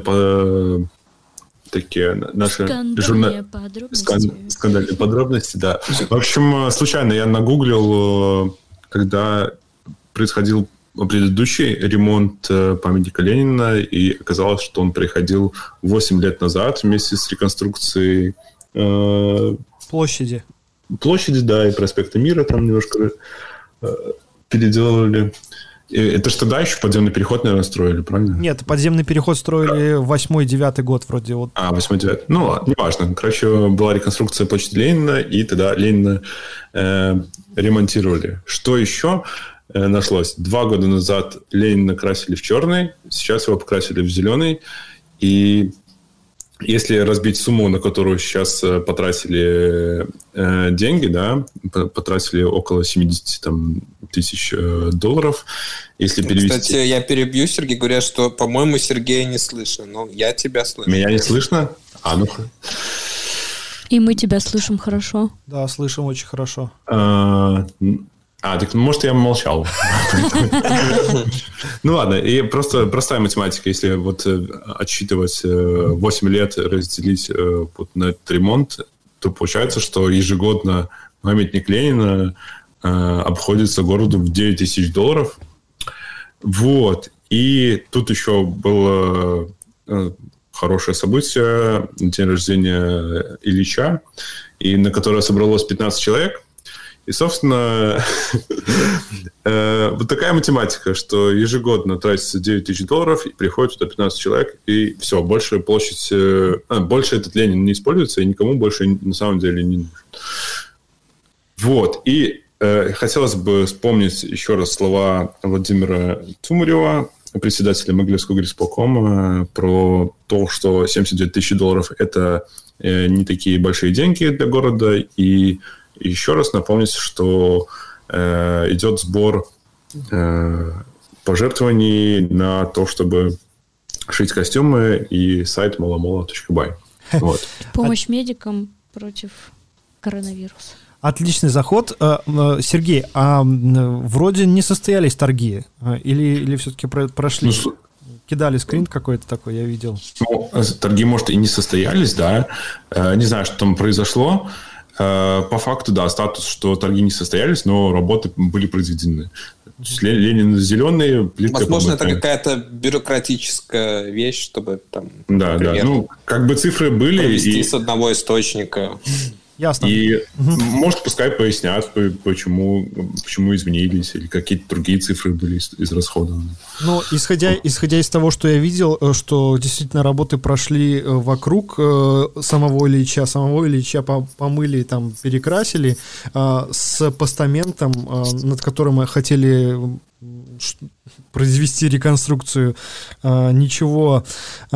такие наши скандальные подробности, да. В общем, случайно я нагуглил, когда происходил предыдущий ремонт памятника Ленина, и оказалось, что он происходил 8 лет назад вместе с реконструкцией площади, да, и проспекта Мира там немножко переделали. Это же тогда еще подземный переход, наверное, строили, правильно? Нет, подземный переход строили 8-9 год вроде. Вот. 8-9. Ну, ладно, неважно. Короче, была реконструкция площади Ленина, и тогда Ленина ремонтировали. Что еще нашлось? 2 года назад Ленина красили в черный, сейчас его покрасили в зеленый, и если разбить сумму, на которую сейчас потратили деньги, да, потратили около 70 тысяч долларов, если перевести... Кстати, я перебью, Сергей, говоря, что, по-моему, Сергея не слышно, но я тебя слышу. Меня не слышно? Ну... И мы тебя слышим хорошо. Да, слышим очень хорошо. Так может, я молчал. Ну ладно, и просто простая математика. Если вот отсчитывать 8 лет, разделить вот на этот ремонт, то получается, что ежегодно памятник Ленина обходится городу в $9000. Вот. И тут еще было хорошее событие, день рождения Ильича, и на которое собралось 15 человек. И, собственно, вот такая математика, что ежегодно тратится $9000, и приходит туда 15 человек, и все, больше больше этот Ленин не используется, и никому больше на самом деле не нужен. Вот, и хотелось бы вспомнить еще раз слова Владимира Тумарева, председателя Могилевского горисполкома, про то, что $79 000 – это не такие большие деньги для города, и еще раз напомнить, что идет сбор пожертвований на то, чтобы шить костюмы, и сайт malamola.by. Вот. Помощь медикам против коронавируса. Отличный заход. Сергей, вроде не состоялись торги? Или все-таки прошли? Кидали скрин какой-то такой, я видел. Торги, может, и не состоялись, да. Не знаю, что там произошло. По факту, да, статус, что торги не состоялись, но работы были произведены. Ленин зеленый, плитка... Возможно, это какая-то бюрократическая вещь, чтобы там... Да, например, да. Как бы цифры были... Провести с одного источника... Ясно. И, может, пускай пояснят, почему изменились, или какие-то другие цифры были израсходованы. Ну, исходя из того, что я видел, что действительно работы прошли вокруг самого Ильича помыли, там, перекрасили, с постаментом, над которым хотели произвести реконструкцию, ничего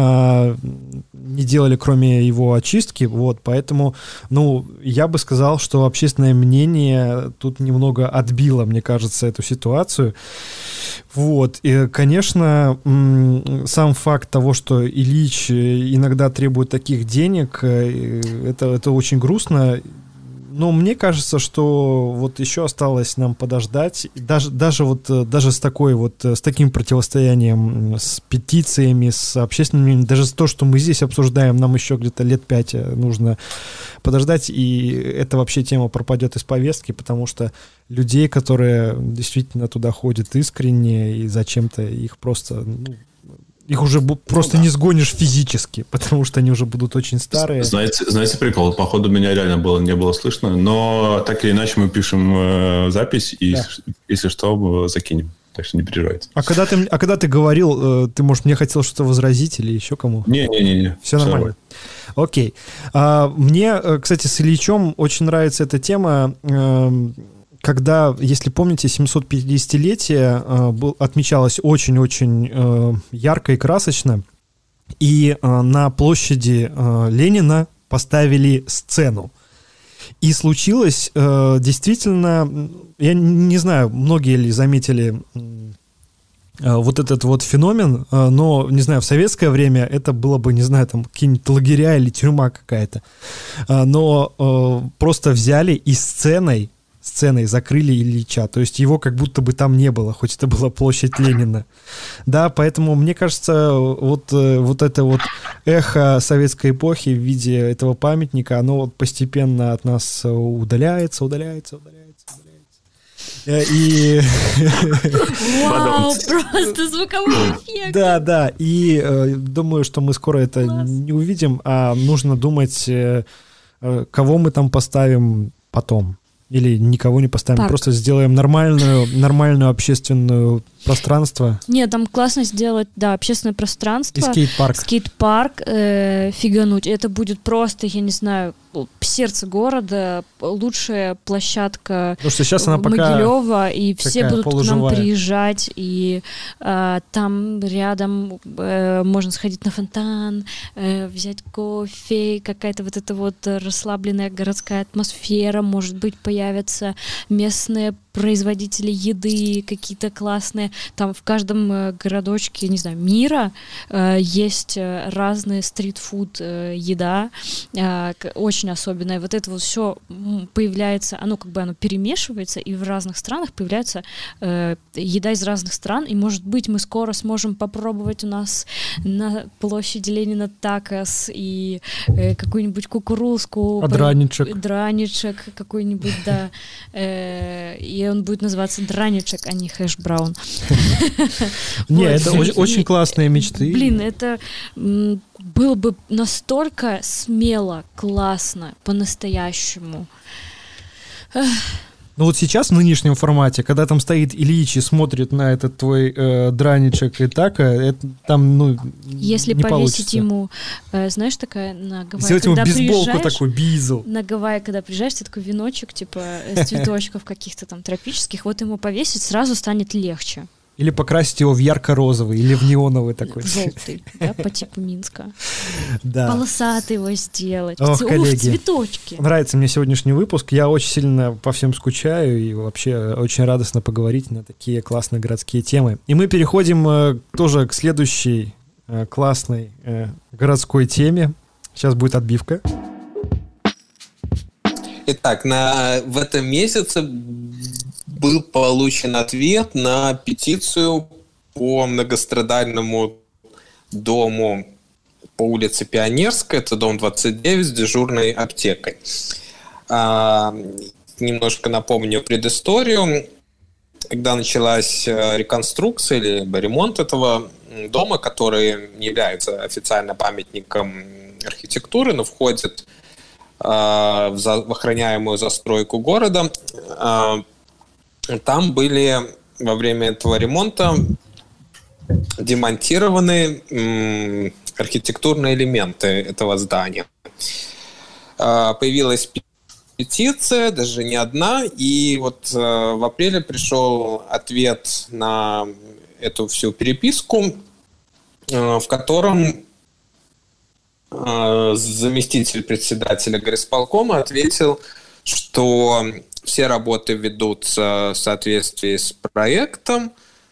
не делали, кроме его очистки, вот, поэтому, я бы сказал, что общественное мнение тут немного отбило, мне кажется, эту ситуацию, вот, и, конечно, сам факт того, что Ильич иногда требует таких денег, это очень грустно. Но мне кажется, что вот еще осталось нам подождать, даже с таким противостоянием, с петициями, с общественными, даже то, что мы здесь обсуждаем, нам еще где-то лет 5 нужно подождать, и эта вообще тема пропадет из повестки, потому что людей, которые действительно туда ходят искренне и зачем-то их просто их уже просто не сгонишь физически, потому что они уже будут очень старые. Знаете прикол? Походу, меня реально не было слышно, но так или иначе мы пишем запись, и если что, закинем. Так что не переживайте. А когда ты говорил, ты, может, мне хотел что-то возразить или еще кому? Не. Все нормально. Окей. Мне, кстати, с Ильичом очень нравится эта тема, когда, если помните, 750-летие отмечалось очень-очень ярко и красочно, и на площади Ленина поставили сцену. И случилось действительно, я не знаю, многие ли заметили вот этот вот феномен, но, не знаю, в советское время это было бы, не знаю, там какие-нибудь лагеря или тюрьма какая-то, но просто взяли и сценой закрыли Ильича, то есть его как будто бы там не было, хоть это была площадь Ленина. Да, поэтому мне кажется, вот это вот эхо советской эпохи в виде этого памятника, оно вот постепенно от нас удаляется. И... Вау, просто звуковой эффект. Да, и думаю, что мы скоро это не увидим, а нужно думать, кого мы там поставим потом. Или никого не поставим, парк. Просто сделаем нормальную общественную пространство. Нет, там классно сделать, да, общественное пространство. И скейт-парк. Скейт-парк, фигануть. Это будет просто, я не знаю, сердце города, лучшая площадка Могилева, и все будут полуживая. К нам приезжать, и там рядом можно сходить на фонтан, взять кофе, какая-то вот эта вот расслабленная городская атмосфера, может быть, появятся местные производители еды какие-то классные. Там в каждом городочке, не знаю, мира есть разные стрит-фуд еда, очень особенная. Вот это вот все появляется, оно перемешивается, и в разных странах появляется еда из разных стран, и, может быть, мы скоро сможем попробовать у нас на площади Ленина такос и какую-нибудь кукурузку. Драничек какой-нибудь, да. И он будет называться драничек, а не хэш-браун. Не, это очень классные мечты. Блин, это было бы настолько смело, классно, по-настоящему. Ну вот сейчас в нынешнем формате, когда там стоит Ильич и смотрит на этот твой драничек и так, это там, если не повесить получится. Ему, знаешь, такая на Гавайи, сделать ему бейсболку такую, бизл. На Гавайи, когда приезжаешь, такой веночек, типа, с цветочков каких-то там тропических, вот ему повесить, сразу станет легче. Или покрасить его в ярко-розовый, или в неоновый такой. Желтый, да, по типу Минска. Да. Полосатый его сделать. Ох, коллеги, цветочки. Нравится мне сегодняшний выпуск. Я очень сильно по всем скучаю и вообще очень радостно поговорить на такие классные городские темы. И мы переходим тоже к следующей классной городской теме. Сейчас будет отбивка. Итак, в этом месяце был получен ответ на петицию по многострадальному дому по улице Пионерская, это дом 29 с дежурной аптекой. Немножко напомню предысторию. Когда началась реконструкция или ремонт этого дома, который не является официально памятником архитектуры, но входит в охраняемую застройку города, там были во время этого ремонта демонтированы архитектурные элементы этого здания. Появилась петиция, даже не одна, и вот в апреле пришел ответ на эту всю переписку, в котором заместитель председателя горисполкома ответил, что все работы ведутся в соответствии с проектом.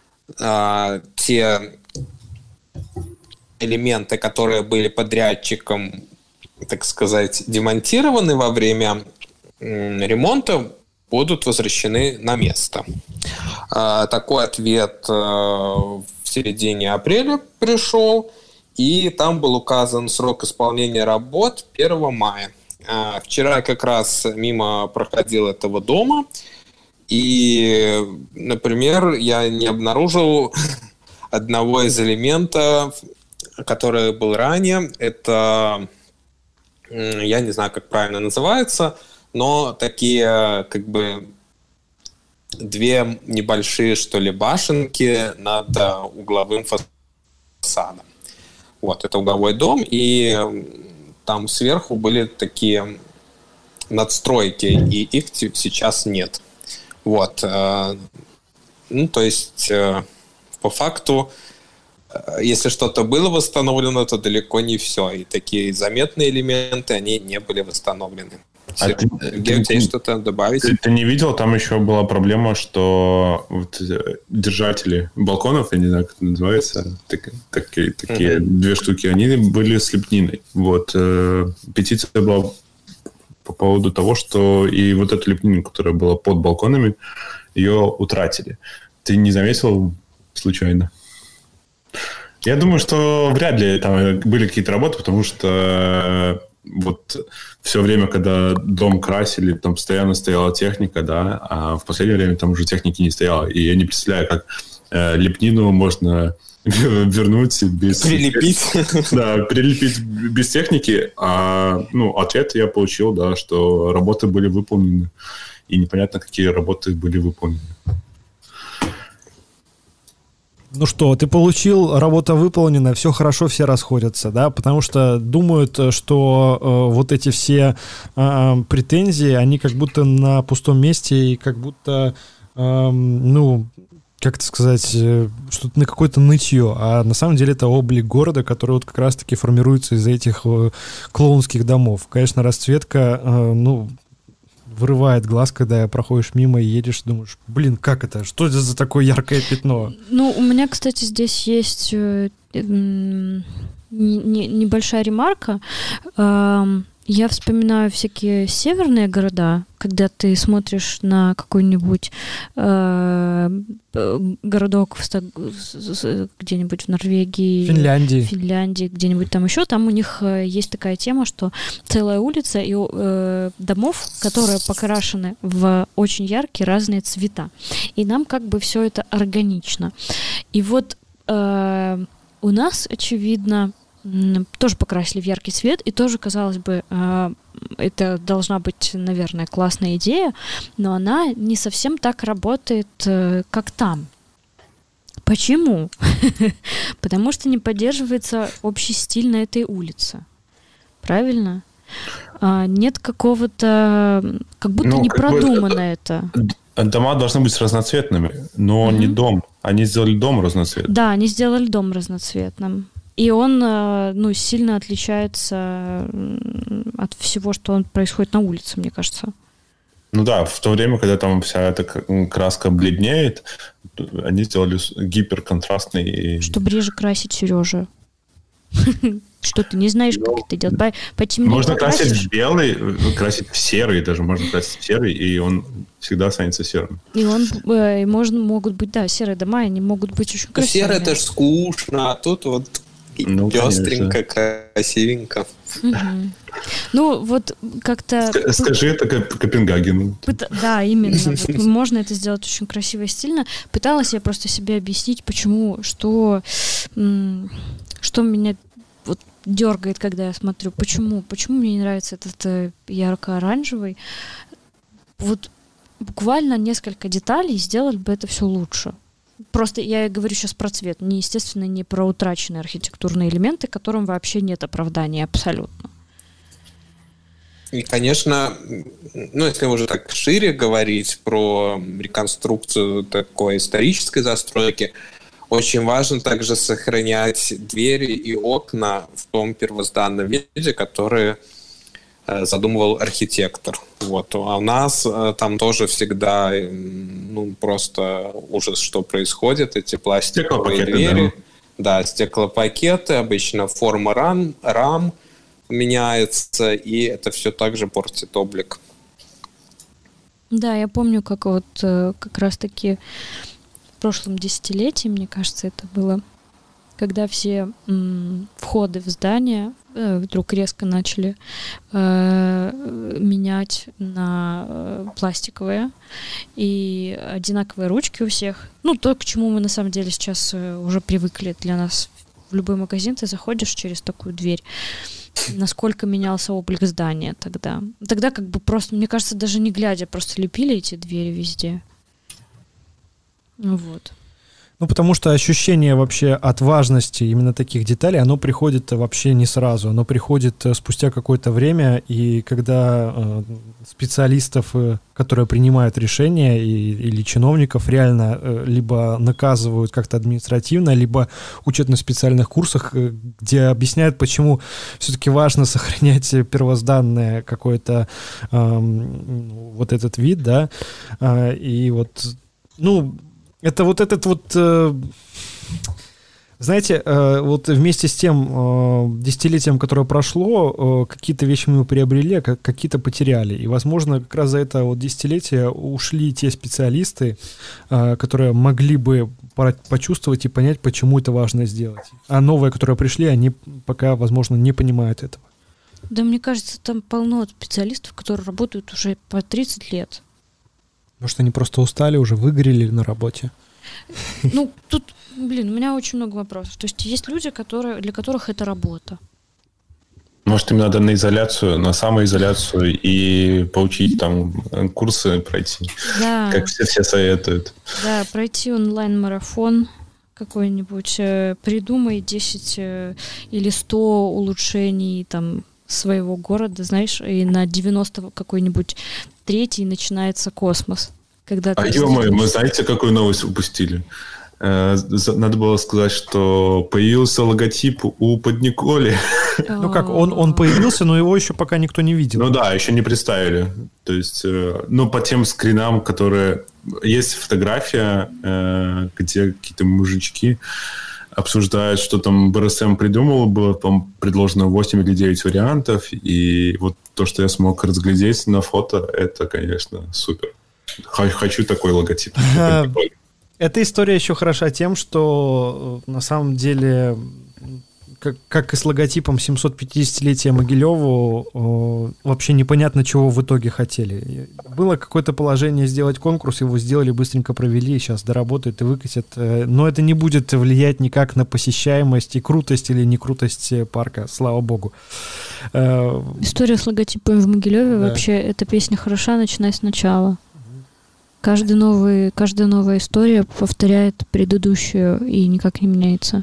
Те элементы, которые были подрядчиком, так сказать, демонтированы во время ремонта, будут возвращены на место. Такой ответ в середине апреля пришел, и там был указан срок исполнения работ 1 мая. Вчера как раз мимо проходил этого дома, и, например, я не обнаружил одного из элементов, который был ранее. Это, я не знаю, как правильно называется, но такие как бы две небольшие, что ли, башенки над угловым фасадом. Вот, это угловой дом, и там сверху были такие надстройки, и их сейчас нет. Вот. Ну, то есть, по факту, если что-то было восстановлено, то далеко не все. И такие заметные элементы, они не были восстановлены. Сергей, у тебя есть что-то добавить? Ты не видел, там еще была проблема, что вот держатели балконов, я не знаю, как это называется, такие две штуки, они были с лепниной. Вот. Петиция была по поводу того, что и вот эту лепнину, которая была под балконами, ее утратили. Ты не заметил случайно? Я думаю, что вряд ли там были какие-то работы, потому что вот все время, когда дом красили, там постоянно стояла техника, да, а в последнее время там уже техники не стояло. И я не представляю, как лепнину можно вернуть без... Прилепить. Да, прилепить без техники. Ответ я получил, да, что работы были выполнены. И непонятно, какие работы были выполнены. Ну что, ты получил, работа выполнена, все хорошо, все расходятся, да, потому что думают, что вот эти все претензии, они как будто на пустом месте и как будто, как это сказать, что-то на какое-то нытье, а на самом деле это облик города, который вот как раз-таки формируется из-за этих клоунских домов. Конечно, расцветка, вырывает глаз, когда проходишь мимо и едешь, думаешь, блин, как это? Что это за такое яркое пятно? Ну, у меня, кстати, здесь есть небольшая ремарка. Я вспоминаю всякие северные города, когда ты смотришь на какой-нибудь городок где-нибудь в Норвегии, Финляндии, где-нибудь там еще, там у них есть такая тема, что целая улица и домов, которые покрашены в очень яркие разные цвета. И нам как бы все это органично. И вот у нас, очевидно, тоже покрасили в яркий цвет, и тоже, казалось бы, это должна быть, наверное, классная идея, но она не совсем так работает, как там. Почему? Потому что не поддерживается общий стиль на этой улице. Правильно? Нет какого-то... Как будто не продумано это. Дома должны быть разноцветными, но не дом. Они сделали дом разноцветным. Да, они сделали дом разноцветным. И он, сильно отличается от всего, что происходит на улице, мне кажется. Ну да, в то время, когда там вся эта краска бледнеет, они сделали гиперконтрастный... Чтобы реже красить, Сережа. Что ты не знаешь, как это делать? Можно красить в белый, красить в серый, даже можно красить в серый, и он всегда останется серым. И могут быть, да, серые дома, они могут быть очень красивыми. Серый это ж скучно, а тут вот пестренько, красивенько. Ну, вот как-то... Скажи это Копенгагену. Да, именно. Вот можно это сделать очень красиво и стильно. Пыталась я просто себе объяснить, почему, что меня вот дергает, когда я смотрю, почему мне не нравится этот ярко-оранжевый. Вот буквально несколько деталей сделали бы это все лучше. Просто я говорю сейчас про цвет, естественно, не про утраченные архитектурные элементы, которым вообще нет оправдания абсолютно. И, конечно, если уже так шире говорить про реконструкцию такой исторической застройки, очень важно также сохранять двери и окна в том первозданном виде, который задумывал архитектор. Вот. А у нас там тоже всегда просто ужас, что происходит. Эти пластиковые двери. Да, стеклопакеты, обычно форма рам меняется, и это все также портит облик. Да, я помню, как раз-таки в прошлом десятилетии, мне кажется, это было, когда все входы в здание вдруг резко начали менять менять на пластиковые, и одинаковые ручки у всех. Ну, то, к чему мы на самом деле сейчас уже привыкли для нас. В любой магазин ты заходишь через такую дверь. Насколько менялся облик здания тогда. Тогда как бы просто, мне кажется, даже не глядя, просто лепили эти двери везде. Вот. Ну, потому что ощущение вообще от важности именно таких деталей, оно приходит вообще не сразу. Оно приходит спустя какое-то время, и когда специалистов, которые принимают решения, или чиновников реально либо наказывают как-то административно, либо учат на специальных курсах, где объясняют, почему все-таки важно сохранять первозданное какой-то вот этот вид, да, и вот, ну, это вот этот вот, знаете, вот вместе с тем десятилетием, которое прошло, какие-то вещи мы приобрели, какие-то потеряли. И, возможно, как раз за это вот десятилетие ушли те специалисты, которые могли бы почувствовать и понять, почему это важно сделать. А новые, которые пришли, они пока, возможно, не понимают этого. Да, мне кажется, там полно специалистов, которые работают уже по 30 лет. Может, они просто устали, уже выгорели на работе? Ну, тут, блин, у меня очень много вопросов. То есть есть люди, для которых это работа. Может, им надо на изоляцию, на самоизоляцию и поучить там курсы пройти, да. Как все советуют. Да, пройти онлайн-марафон какой-нибудь, придумай 10 или 100 улучшений там своего города, знаешь, и на 90 какой-нибудь третий начинается космос. Когда ё-моё, мы знаете, какую новость упустили? Надо было сказать, что появился логотип у Подниколи. Ну как, он появился, но его еще пока никто не видел. Ну да, еще не представили. То есть, ну, по тем скринам, которые... Есть фотография, где какие-то мужички обсуждают, что там БРСМ придумал, было там предложено 8 или 9 вариантов, и вот то, что я смог разглядеть на фото, это, конечно, супер. Хочу такой логотип. Эта история еще хороша тем, что на самом деле, как и с логотипом 750-летия Могилеву, вообще непонятно, чего в итоге хотели. Было какое-то положение сделать конкурс, его сделали, быстренько провели, сейчас доработают и выкатят. Но это не будет влиять никак на посещаемость и крутость или не крутость парка, слава богу. История с логотипом в Могилеве, да. Вообще, эта песня хороша, начиная сначала. Каждая новая история повторяет предыдущую и никак не меняется.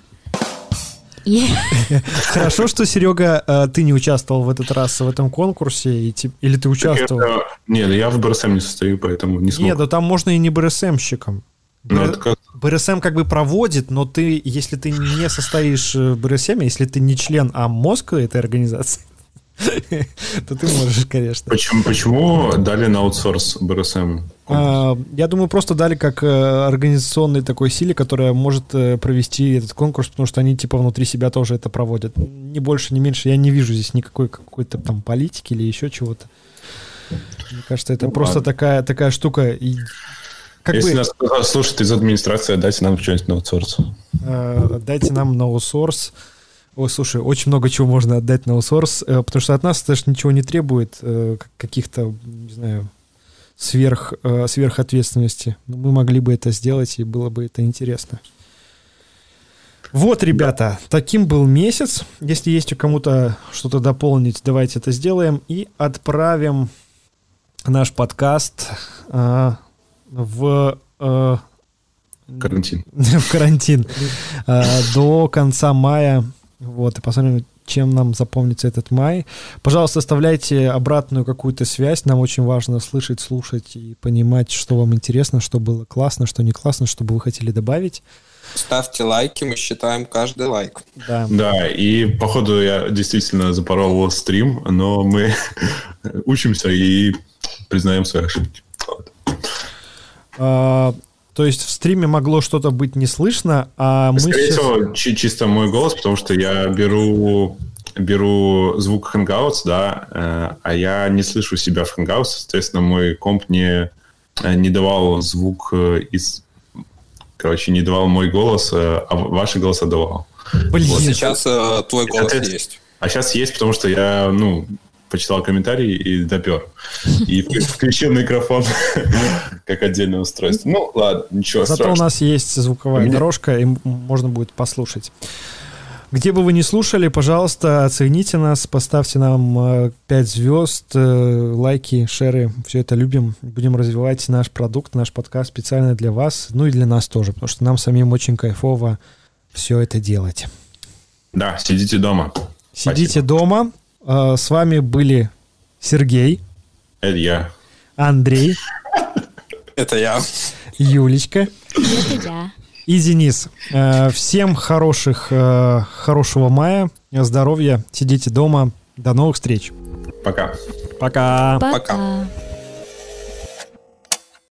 Хорошо, что, Серега, ты не участвовал в этот раз в этом конкурсе, или ты участвовал? Нет, я в БРСМ не состою, поэтому не смог. Нет, да там можно и не БРСМщиком. БРСМ как бы проводит, но ты, если ты не состоишь в БРСМ, если ты не член, а мозг этой организации, то ты можешь, конечно. Почему дали на аутсорс БРСМ? Я думаю, просто дали как организационной такой силе, которая может провести этот конкурс, потому что они типа внутри себя тоже это проводят. Ни больше, ни меньше. Я не вижу здесь никакой какой-то там политики или еще чего-то. Мне кажется, это просто такая штука. И если нас слушают из администрации, дайте нам что-нибудь на аутсорс. Дайте нам на аутсорс. Ой, слушай, очень много чего можно отдать на аутсорс, потому что от нас даже ничего не требует каких-то, не знаю, сверхответственности. Но мы могли бы это сделать, и было бы это интересно. Вот, ребята, таким был месяц. Если есть у кому-то что-то дополнить, давайте это сделаем и отправим наш подкаст в карантин. В карантин до конца мая. Вот, и посмотрим, чем нам запомнится этот май. Пожалуйста, оставляйте обратную какую-то связь. Нам очень важно слышать, слушать и понимать, что вам интересно, что было классно, что не классно, что бы вы хотели добавить. Ставьте лайки, мы считаем каждый лайк. Да, и походу я действительно запорол стрим, но мы учимся и признаем свои ошибки. То есть в стриме могло что-то быть не слышно, а мы скорее всего, чисто мой голос, потому что я беру звук Hangouts, да, а я не слышу себя в Hangouts, соответственно, мой комп не давал звук не давал мой голос, а ваши голоса давал. Блин. Вот сейчас твой голос есть. А сейчас есть, потому что я, почитал комментарии и допер. И включил микрофон как отдельное устройство. Ну, ладно, ничего страшного. Зато у нас есть звуковая дорожка, и можно будет послушать. Где бы вы ни слушали, пожалуйста, оцените нас, поставьте нам 5 звезд, лайки, шеры, все это любим. Будем развивать наш продукт, наш подкаст специально для вас, ну и для нас тоже, потому что нам самим очень кайфово все это делать. Да, сидите дома. Сидите дома. С вами были Сергей. Это я. Андрей. Это я. Юлечка. Это я. И Денис. Всем хорошего мая, здоровья, сидите дома. До новых встреч. Пока. Пока. Пока.